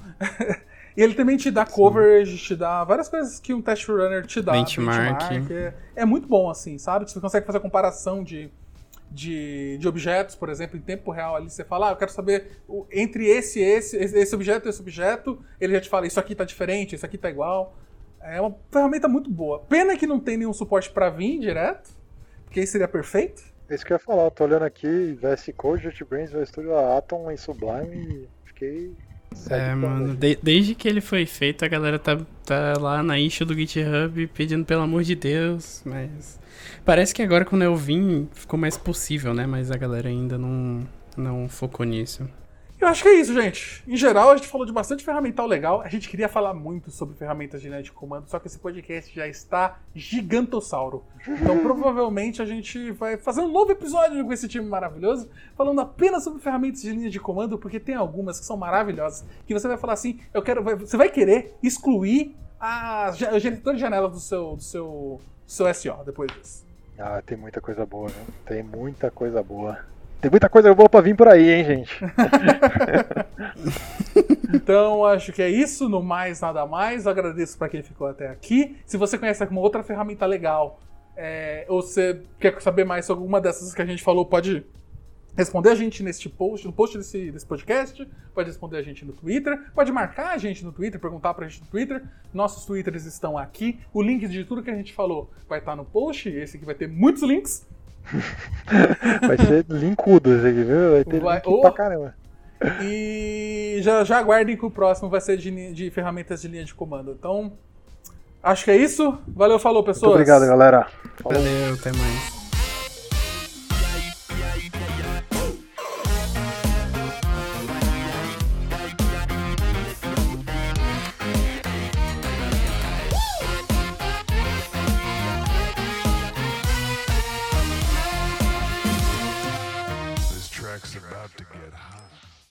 E ele também te dá coverage, te dá várias coisas que um test runner te dá. Benchmark. É muito bom, assim, sabe? Você consegue fazer comparação de objetos, por exemplo, em tempo real ali. Você fala, eu quero saber entre esse objeto e esse objeto. Ele já te fala, isso aqui tá diferente, isso aqui tá igual. É uma ferramenta muito boa. Pena que não tem nenhum suporte pra Vim direto, porque aí seria perfeito. É isso que eu ia falar. Eu tô olhando aqui, VS Code, JetBrains, Visual Studio, Atom e Sublime e fiquei... mano, desde que ele foi feito, a galera tá lá na issue do GitHub pedindo pelo amor de Deus, mas parece que agora quando eu vim ficou mais possível, né? Mas a galera ainda não focou nisso. Eu acho que é isso, gente. Em geral, a gente falou de bastante ferramental legal. A gente queria falar muito sobre ferramentas de linha de comando, só que esse podcast já está gigantossauro. Então, provavelmente, a gente vai fazer um novo episódio com esse time maravilhoso, falando apenas sobre ferramentas de linha de comando, porque tem algumas que são maravilhosas, que você vai falar assim, você vai querer excluir o genitor de janelas do seu SEO depois disso. Tem muita coisa boa, né? Tem muita coisa boa. Tem muita coisa boa pra vir por aí, hein, gente? Então, acho que é isso. No mais, nada mais. Agradeço pra quem ficou até aqui. Se você conhece alguma outra ferramenta legal, ou você quer saber mais sobre alguma dessas que a gente falou, pode responder a gente no post desse podcast, pode responder a gente no Twitter, pode marcar a gente no Twitter, perguntar pra gente no Twitter. Nossos Twitters estão aqui. O link de tudo que a gente falou vai estar no post. Esse aqui vai ter muitos links. Vai ser linkudo esse aqui, viu? Vai ter link pra caramba. E já aguardem que o próximo vai ser de ferramentas de linha de comando. Então, acho que é isso. Valeu, falou, pessoas. Muito obrigado, galera. Falou. Valeu, até mais.